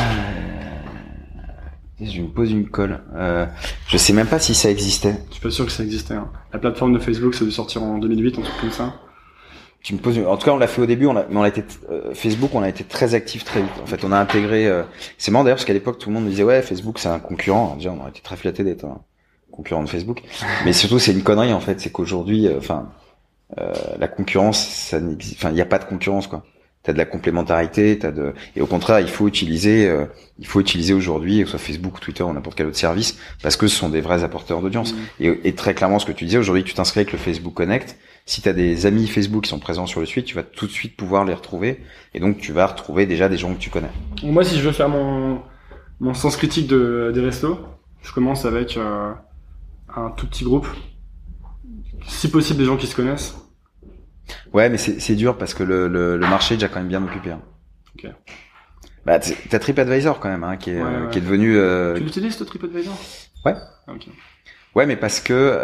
Je me pose une colle. Je sais même pas si ça existait. Je suis pas sûr que ça existait. Hein. La plateforme de Facebook, ça dû sortir en 2008, un truc comme ça. En tout cas, on l'a fait au début, Facebook, on a été très actif très vite. En fait, on a intégré, c'est marrant d'ailleurs, parce qu'à l'époque, tout le monde me disait, ouais, Facebook, c'est un concurrent. Alors, déjà, on aurait été très flattés d'être un concurrent de Facebook. Mais surtout, c'est une connerie, en fait. C'est qu'aujourd'hui, la concurrence, ça n'existe, il n'y a pas de concurrence, quoi. T'as de la complémentarité, et au contraire, il faut utiliser aujourd'hui, que ce soit Facebook, Twitter ou n'importe quel autre service, parce que ce sont des vrais apporteurs d'audience. Et très clairement, ce que tu disais, aujourd'hui, tu t'inscris avec le Facebook Connect. Si tu as des amis Facebook qui sont présents sur le site, tu vas tout de suite pouvoir les retrouver. Et donc, tu vas retrouver déjà des gens que tu connais. Moi, si je veux faire mon sens critique des restos, je commence avec un tout petit groupe. Si possible, des gens qui se connaissent. Ouais, mais c'est dur parce que le marché est déjà quand même bien occupé. Hein. Ok. T'as TripAdvisor quand même, qui est devenu... Tu l'utilises, ce TripAdvisor? Ouais. Ok. Ouais, mais parce que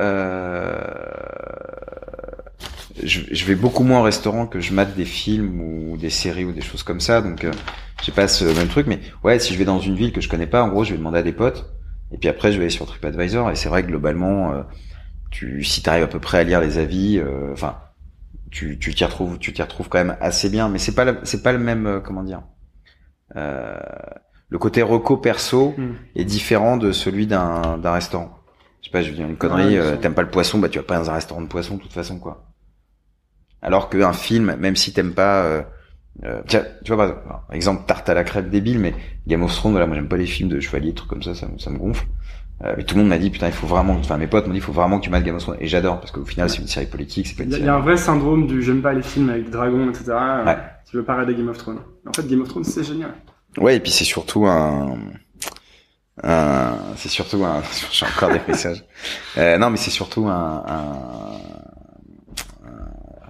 je vais beaucoup moins au restaurant que je mate des films ou des séries ou des choses comme ça, donc j'ai pas ce même truc. Mais ouais, si je vais dans une ville que je connais pas, en gros, je vais demander à des potes, et puis après je vais aller sur TripAdvisor. Et c'est vrai que globalement, si t'arrives à peu près à lire les avis, tu t'y retrouves quand même assez bien. Mais c'est pas le même, comment dire. Le côté reco perso est différent de celui d'un restaurant. Je sais pas, je veux dire une connerie, t'aimes pas le poisson, tu vas pas dans un restaurant de poisson de toute façon, quoi. Alors qu'un film, même si t'aimes pas, tiens, tu vois, par exemple, tarte à la crêpe débile, mais Game of Thrones, voilà, moi j'aime pas les films de chevaliers, trucs comme ça me gonfle. Mais tout le monde m'a dit, putain, mes potes m'ont dit, il faut vraiment que tu mates Game of Thrones. Et j'adore, parce qu'au final, c'est une série politique, c'est pas une série. Il y a un vrai syndrome du j'aime pas les films avec des dragons, etc. Tu veux pas regarder Game of Thrones. En fait, Game of Thrones, c'est génial. Ouais, et puis c'est surtout j'ai encore des messages. Non, mais c'est surtout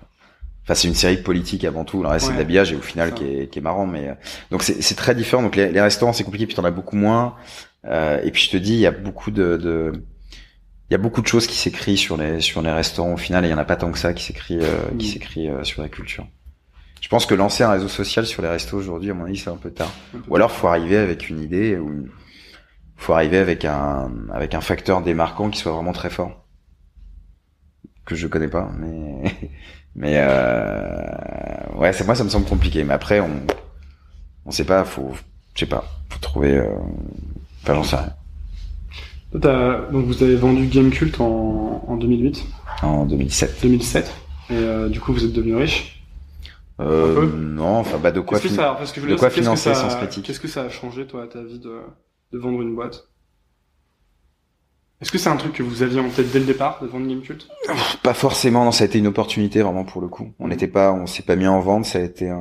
Enfin, c'est une série politique avant tout. Le reste, c'est de l'habillage et au final qui est marrant. Mais donc c'est très différent. Donc les restaurants, c'est compliqué. Puis t'en as beaucoup moins. Et puis je te dis, il y a beaucoup de choses qui s'écrivent sur les restaurants au final. Et il y en a pas tant que ça qui s'écrit sur la culture. Je pense que lancer un réseau social sur les restos aujourd'hui, à mon avis, c'est un peu tard. Ou alors, faut arriver avec une idée ou faut arriver avec un facteur démarquant qui soit vraiment très fort. Que je connais pas, mais ouais, moi, ça me semble compliqué. Mais après, on sait pas, faut trouver, enfin, j'en sais rien. Donc, vous avez vendu Gamecult en 2008? En 2007. 2007. Et du coup, vous êtes devenu riche? Non, enfin, de quoi financer Sens Critique. Qu'est-ce que ça a changé, toi, à ta vie de vendre une boîte? Est-ce que c'est un truc que vous aviez en tête dès le départ, de vendre Gamecult? Pas forcément, non, ça a été une opportunité, vraiment, pour le coup. On s'est pas mis en vente, ça a été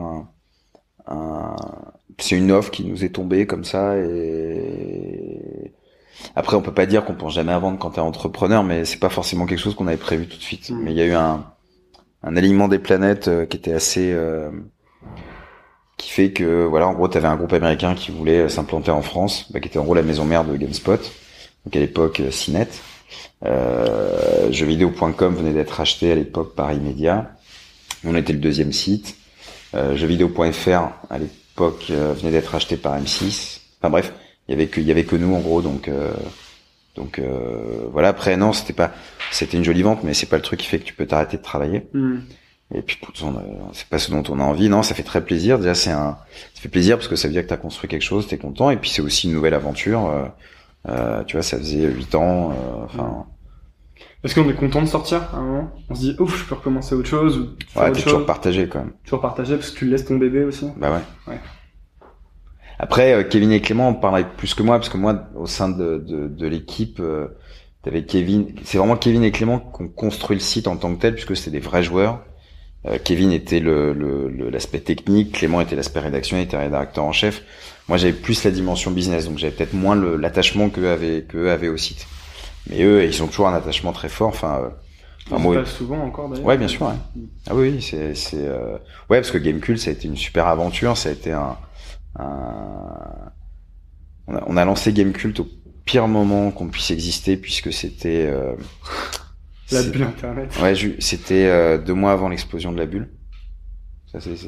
c'est une offre qui nous est tombée comme ça et après, on peut pas dire qu'on pense jamais à vendre quand t'es entrepreneur, mais c'est pas forcément quelque chose qu'on avait prévu tout de suite. Mais il y a eu un alignement des planètes qui était assez qui fait que voilà, en gros, t'avais un groupe américain qui voulait s'implanter en France, qui était en gros la maison mère de GameSpot, donc à l'époque CNET. Jeuxvideo.com venait d'être acheté à l'époque par Immedia. On était le deuxième site. Jeuxvideo.fr à l'époque venait d'être acheté par M6. Enfin bref, il y avait que nous en gros, donc voilà. Après non, c'était une jolie vente, mais c'est pas le truc qui fait que tu peux t'arrêter de travailler. Et puis c'est pas ce dont on a envie. Non, ça fait très plaisir. Déjà, ça fait plaisir parce que ça veut dire que t'as construit quelque chose, t'es content. Et puis c'est aussi une nouvelle aventure. Tu vois, ça faisait 8 ans. Est-ce qu'on est content de sortir à un moment? On se dit ouf, je peux recommencer autre chose ou ouais, t'es toujours partagé quand même. Toujours partagé parce que tu laisses ton bébé aussi. Bah ouais. Après, Kevin et Clément en parlaient plus que moi, parce que moi, au sein de l'équipe, t'avais Kevin. C'est vraiment Kevin et Clément qui ont construit le site en tant que tel, puisque c'était des vrais joueurs. Kevin était l'aspect technique, Clément était l'aspect rédaction, il était rédacteur en chef. Moi, j'avais plus la dimension business, donc j'avais peut-être moins l'attachement qu'eux avaient au site. Mais eux, ils ont toujours un attachement très fort. Moi, passe souvent encore d'ailleurs. Ouais, bien sûr. Ouais. Ah oui, ouais, parce que Gamecult, ça a été une super aventure, ça a été on a lancé Gamecult au pire moment qu'on puisse exister, puisque c'était la bulle internet. Ouais, c'était 2 mois avant l'explosion de la bulle. Ça c'est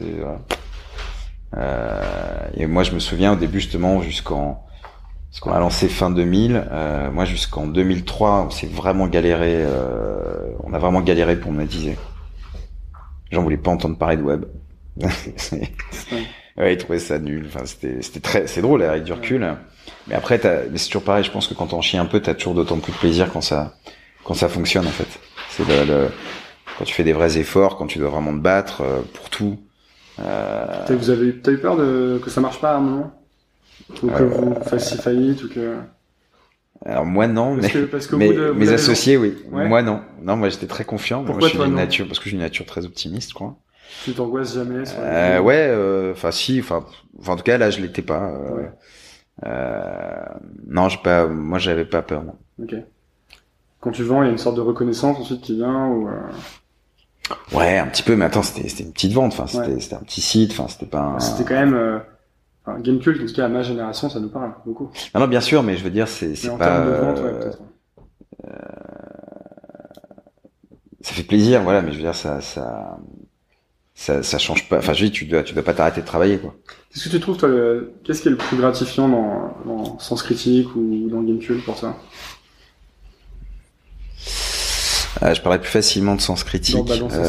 voilà. Et moi je me souviens au début justement parce qu'on a lancé fin 2000, moi jusqu'en 2003, on s'est vraiment galéré, on a vraiment galéré pour monétiser. Les gens voulaient pas entendre parler de web. Ouais, ils trouvaient ça nul. Enfin, c'est drôle avec du recul. Mais après, mais c'est toujours pareil. Je pense que quand t'en chies un peu, t'as toujours d'autant plus de plaisir quand ça fonctionne, en fait. C'est quand tu fais des vrais efforts, quand tu dois vraiment te battre, pour tout. T'as eu peur que ça marche pas à un moment? Ou que vous fassiez faillite, ou que... Alors moi non, mes associés oui. Ouais. Moi non. Non, moi j'étais très confiant. Pourquoi moi, parce que je suis d'une nature très optimiste, quoi. Tu t'angoisses jamais sur en tout cas là je l'étais pas. Non, moi j'avais pas peur. Non. Ok. Quand tu vends, il y a une sorte de reconnaissance ensuite qui vient ou. Ouais, un petit peu, mais attends, c'était une petite vente. Enfin, c'était un petit site. Enfin, c'était pas. C'était quand même. Gamecult, en tout cas à ma génération, ça nous parle beaucoup. Non, bien sûr, mais je veux dire, c'est pas. En termes de vente, ouais, peut-être. Ça fait plaisir, voilà, mais je veux dire, ça change pas. Enfin, je dis, tu dois pas t'arrêter de travailler, quoi. Qu'est-ce que tu trouves, toi, qu'est-ce qui est le plus gratifiant dans Sens Critique ou dans Gamecult pour ça? Je parlerais plus facilement de Sens Critique.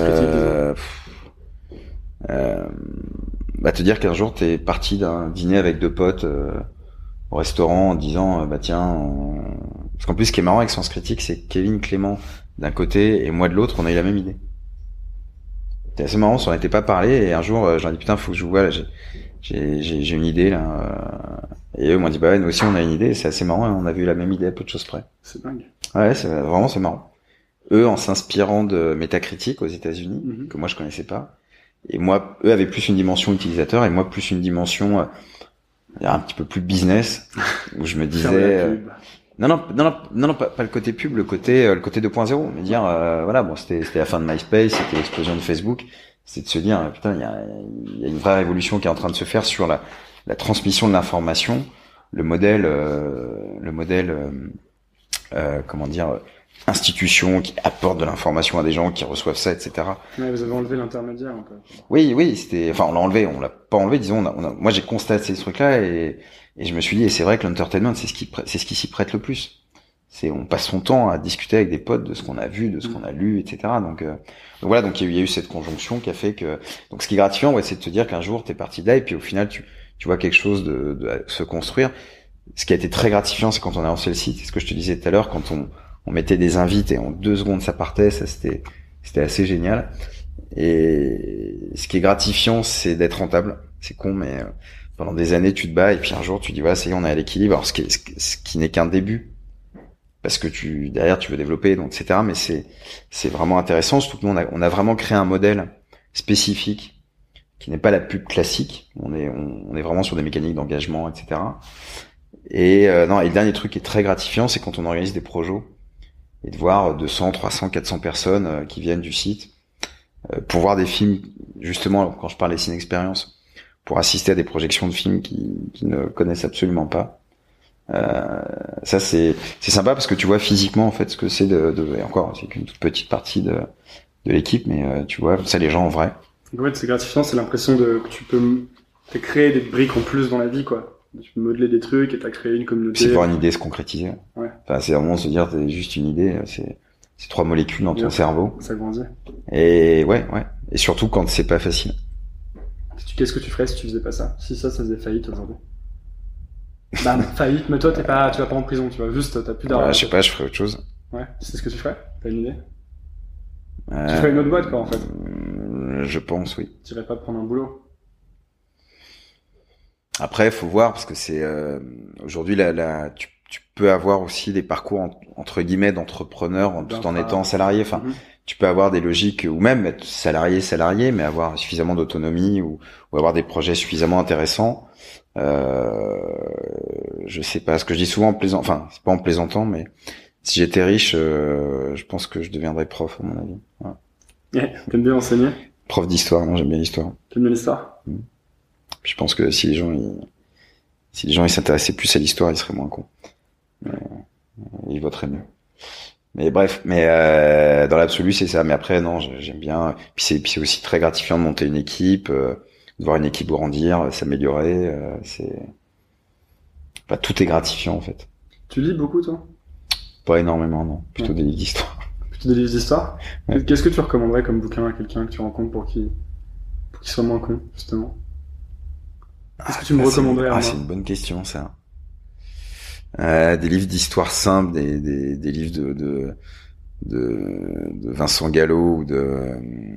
Te dire qu'un jour t'es parti d'un dîner avec 2 potes au restaurant en disant parce qu'en plus ce qui est marrant avec Sens Critique, c'est Kevin Clément d'un côté et moi de l'autre, on a eu la même idée. C'était assez marrant, on s'en était pas parlé et un jour j'ai dit putain faut que je vous voie là, j'ai une idée là et eux m'ont dit bah ouais nous aussi on a une idée et c'est assez marrant, on avait eu la même idée à peu de choses près. C'est dingue. Ouais, c'est marrant. Eux en s'inspirant de Metacritic aux États-Unis que moi je connaissais pas. Et moi, eux avaient plus une dimension utilisateur et moi plus une dimension un petit peu plus business où je me disais non, pas le côté pub, le côté 2.0, me dire voilà, bon, c'était la fin de MySpace, c'était l'explosion de Facebook, c'est de se dire putain, il y a une vraie révolution qui est en train de se faire sur la transmission de l'information, le modèle comment dire, institution qui apporte de l'information à des gens qui reçoivent ça, etc. Ouais, vous avez enlevé l'intermédiaire un peu. Oui, c'était, enfin, on l'a pas enlevé, disons, moi j'ai constaté ces trucs-là et je me suis dit, et c'est vrai que l'entertainment, c'est ce qui s'y prête le plus. On passe son temps à discuter avec des potes de ce qu'on a vu, de ce qu'on a lu, etc. Donc voilà, donc il y a eu cette conjonction qui a fait que, donc ce qui est gratifiant, ouais, c'est de te dire qu'un jour t'es parti de là et puis au final tu vois quelque chose de se construire. Ce qui a été très gratifiant, c'est quand on a lancé le site, c'est ce que je te disais tout à l'heure, quand on mettait des invites et en 2 secondes ça partait, ça c'était assez génial. Et ce qui est gratifiant, c'est d'être rentable. C'est con, mais pendant des années tu te bats et puis un jour tu dis voilà, ça y est, on est à l'équilibre. Alors ce qui n'est qu'un début, parce que derrière tu veux développer, donc etc. Mais c'est vraiment intéressant. Surtout que nous on a vraiment créé un modèle spécifique qui n'est pas la pub classique. On est vraiment sur des mécaniques d'engagement, etc. Et le dernier truc qui est très gratifiant, c'est quand on organise des projets et de voir 200, 300, 400 personnes qui viennent du site pour voir des films, justement, quand je parle des ciné-expériences, pour assister à des projections de films qui ne connaissent absolument pas. Ça c'est sympa parce que tu vois physiquement en fait ce que c'est et encore c'est qu'une toute petite partie de l'équipe, mais tu vois ça les gens en vrai. Donc, en fait, c'est gratifiant, c'est l'impression que t'as créé des briques en plus dans la vie, quoi. Tu peux modeler des trucs et t'as créé une communauté. C'est voir une idée se concrétiser. Ouais. Enfin, c'est vraiment se dire, c'est juste une idée, c'est 3 molécules dans ton cerveau. Ça grandit. Et ouais. Et surtout quand c'est pas facile. Qu'est-ce que tu ferais si tu faisais pas ça? Si ça faisait faillite aujourd'hui? Bah, faillite, mais toi, tu vas pas en prison, tu vois, juste, t'as plus d'argent. Je sais pas, je ferais autre chose. Ouais. C'est ce que tu ferais? T'as une idée? Tu ferais une autre boîte, quoi, en fait. Je pense, oui. Tu irais pas prendre un boulot? Après, faut voir parce que c'est aujourd'hui tu peux avoir aussi des parcours entre guillemets d'entrepreneur tout en étant salarié. Enfin, tu peux avoir des logiques ou même être salarié, mais avoir suffisamment d'autonomie ou avoir des projets suffisamment intéressants. Je sais pas, ce que je dis souvent en plaisant, enfin c'est pas en plaisantant, mais si j'étais riche, je pense que je deviendrais prof à mon avis. Voilà. Yeah. T'aimes bien enseigner? Prof d'histoire, non, j'aime bien l'histoire. T'aimes bien l'histoire? Je pense que si les gens ils s'intéressaient plus à l'histoire, ils seraient moins cons. Ils voteraient mieux. Mais bref, dans l'absolu c'est ça. Mais après non, j'aime bien. Puis c'est aussi très gratifiant de monter une équipe, de voir une équipe grandir, s'améliorer. Tout est gratifiant en fait. Tu lis beaucoup toi? Pas énormément, non. Plutôt des livres d'histoire. Plutôt des livres d'histoire. Ouais. Qu'est-ce que tu recommanderais comme bouquin à quelqu'un que tu rencontres pour qu'il soit moins con justement? Qu'est-ce que tu me recommanderais à moi? C'est une bonne question, ça. Des livres d'histoire simple, des livres de Vincent Gallo ou de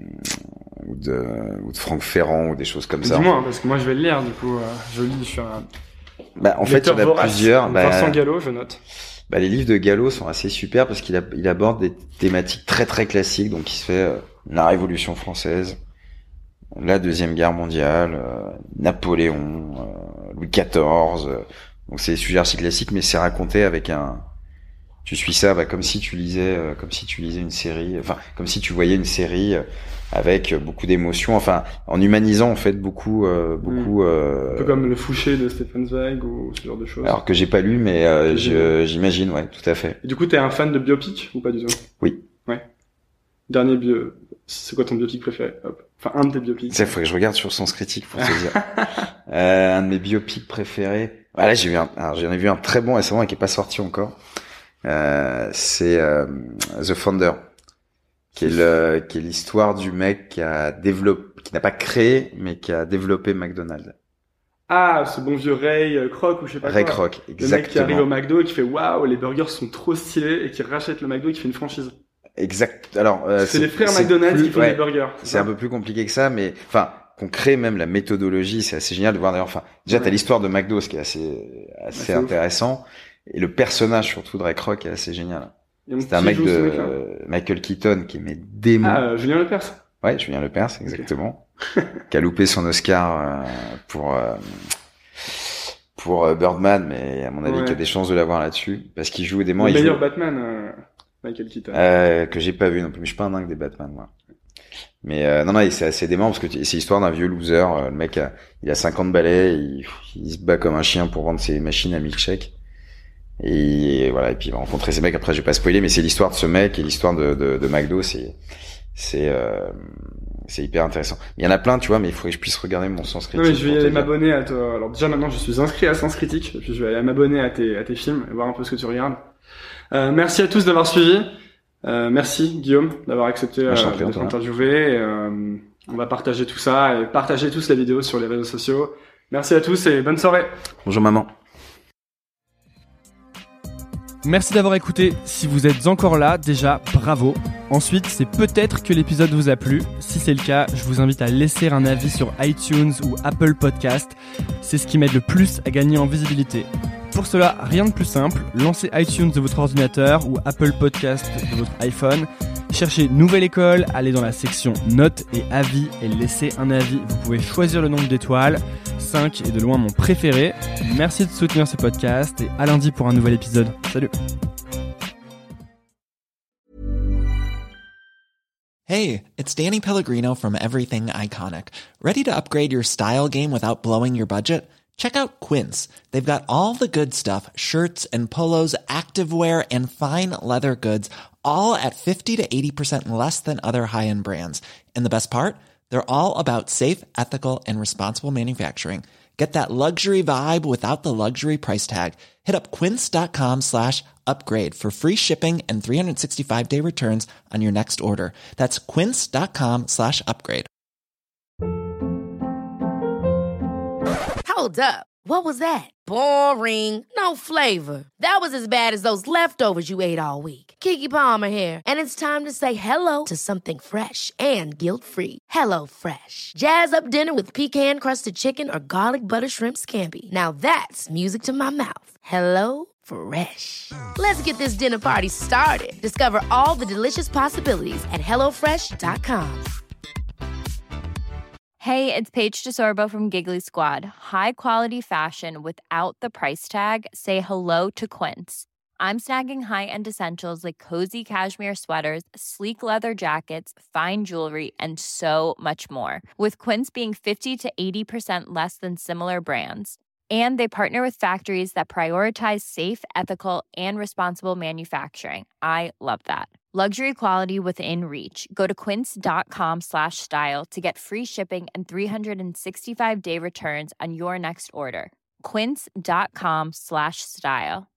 Franck Ferrand ou des choses comme ça. Dis-moi, parce que moi je vais le lire, du coup, je lis, je suis un... en fait, il y en a plusieurs. Vincent Gallo, je note. Les livres de Gallo sont assez super parce qu'il aborde des thématiques très très classiques, donc il se fait la Révolution française, la Deuxième Guerre mondiale, Napoléon, Louis XIV. Donc c'est des sujets archi classiques, mais c'est raconté avec tu suis ça, comme si tu lisais une série, enfin comme si tu voyais une série avec beaucoup d'émotions, enfin en humanisant en fait beaucoup. Un peu comme Le Fouché de Stefan Zweig ou ce genre de choses. Alors que j'ai pas lu, mais j'imagine, ouais, tout à fait. Et du coup, t'es un fan de biopic ou pas du tout? Oui. Ouais. C'est quoi ton biopic préféré? Enfin, un de tes biopics. Ça, faudrait que je regarde sur Sens Critique pour te dire. Un de mes biopics préférés. Là, j'en ai vu un très bon récemment et qui est pas sorti encore. C'est The Founder, qui est l'histoire du mec qui n'a pas créé, mais qui a développé McDonald's. Ah, ce bon vieux Ray Kroc ou je sais pas quoi. Ray Kroc, exactement. Le mec qui arrive au McDo et qui fait waouh, les burgers sont trop stylés et qui rachète le McDo et qui fait une franchise. Exact. Alors, c'est les frères McDonald's qui font des burgers. C'est un peu plus compliqué que ça, mais qu'on crée même la méthodologie, c'est assez génial de voir d'ailleurs. Déjà, t'as l'histoire de McDo, ce qui est assez intéressant, et le personnage surtout de Ray Kroc est assez génial. C'est un mec de Michael Keaton qui met des mots. Ah, Julien Lepers. Ouais, Julien Lepers, exactement. Okay. Qui a loupé son Oscar pour Birdman, mais à mon avis, qui a des chances de l'avoir là-dessus, parce qu'il joue des mots. Le meilleur Batman. Michael Keaton. Que j'ai pas vu non plus, mais je suis pas un dingue des Batman, moi. Mais non, c'est assez dément parce que c'est l'histoire d'un vieux loser. Le mec, il a 50 balais, il se bat comme un chien pour vendre ses machines à milkshake. Et voilà, et puis il va rencontrer ces mecs. Après, je vais pas spoiler, mais c'est l'histoire de ce mec et l'histoire de McDo. C'est hyper intéressant. Il y en a plein, tu vois, mais il faudrait que je puisse regarder mon sens critique. Non, mais je vais aller m'abonner à toi. Alors déjà maintenant, je suis inscrit à Sens Critique, puis je vais aller m'abonner à tes films et voir un peu ce que tu regardes. Merci à tous d'avoir suivi. Merci Guillaume d'avoir accepté d'être interviewé. On va partager tout ça et partagez tous la vidéo sur les réseaux sociaux. Merci à tous et bonne soirée. Bonjour maman. Merci d'avoir écouté. Si vous êtes encore là, déjà, bravo. Ensuite, c'est peut-être que l'épisode vous a plu. Si c'est le cas, je vous invite à laisser un avis sur iTunes ou Apple Podcast. C'est ce qui m'aide le plus à gagner en visibilité. Pour cela, rien de plus simple. Lancez iTunes de votre ordinateur ou Apple Podcast de votre iPhone. Cherchez Nouvelle École, allez dans la section Notes et Avis et laissez un avis. Vous pouvez choisir le nombre d'étoiles. 5 est de loin mon préféré. Merci de soutenir ce podcast et à lundi pour un nouvel épisode. Salut! Hey, it's Danny Pellegrino from Everything Iconic. Ready to upgrade your style game without blowing your budget? Check out Quince. They've got all the good stuff, shirts and polos, activewear, and fine leather goods, all at 50 to 80% less than other high-end brands. And the best part? They're all about safe, ethical, and responsible manufacturing. Get that luxury vibe without the luxury price tag. Hit up quince.com/upgrade for free shipping and 365-day returns on your next order. That's quince.com/upgrade. Hold up. What was that? Boring. No flavor. That was as bad as those leftovers you ate all week. Keke Palmer here, and it's time to say hello to something fresh and guilt-free. Hello Fresh. Jazz up dinner with pecan-crusted chicken or garlic butter shrimp scampi. Now that's music to my mouth. Hello Fresh. Let's get this dinner party started. Discover all the delicious possibilities at hellofresh.com. Hey, it's Paige DeSorbo from Giggly Squad. High quality fashion without the price tag. Say hello to Quince. I'm snagging high-end essentials like cozy cashmere sweaters, sleek leather jackets, fine jewelry, and so much more. With Quince being 50 to 80% less than similar brands. And they partner with factories that prioritize safe, ethical, and responsible manufacturing. I love that. Luxury quality within reach. Go to quince.com/style to get free shipping and 365-day returns on your next order. Quince.com/style.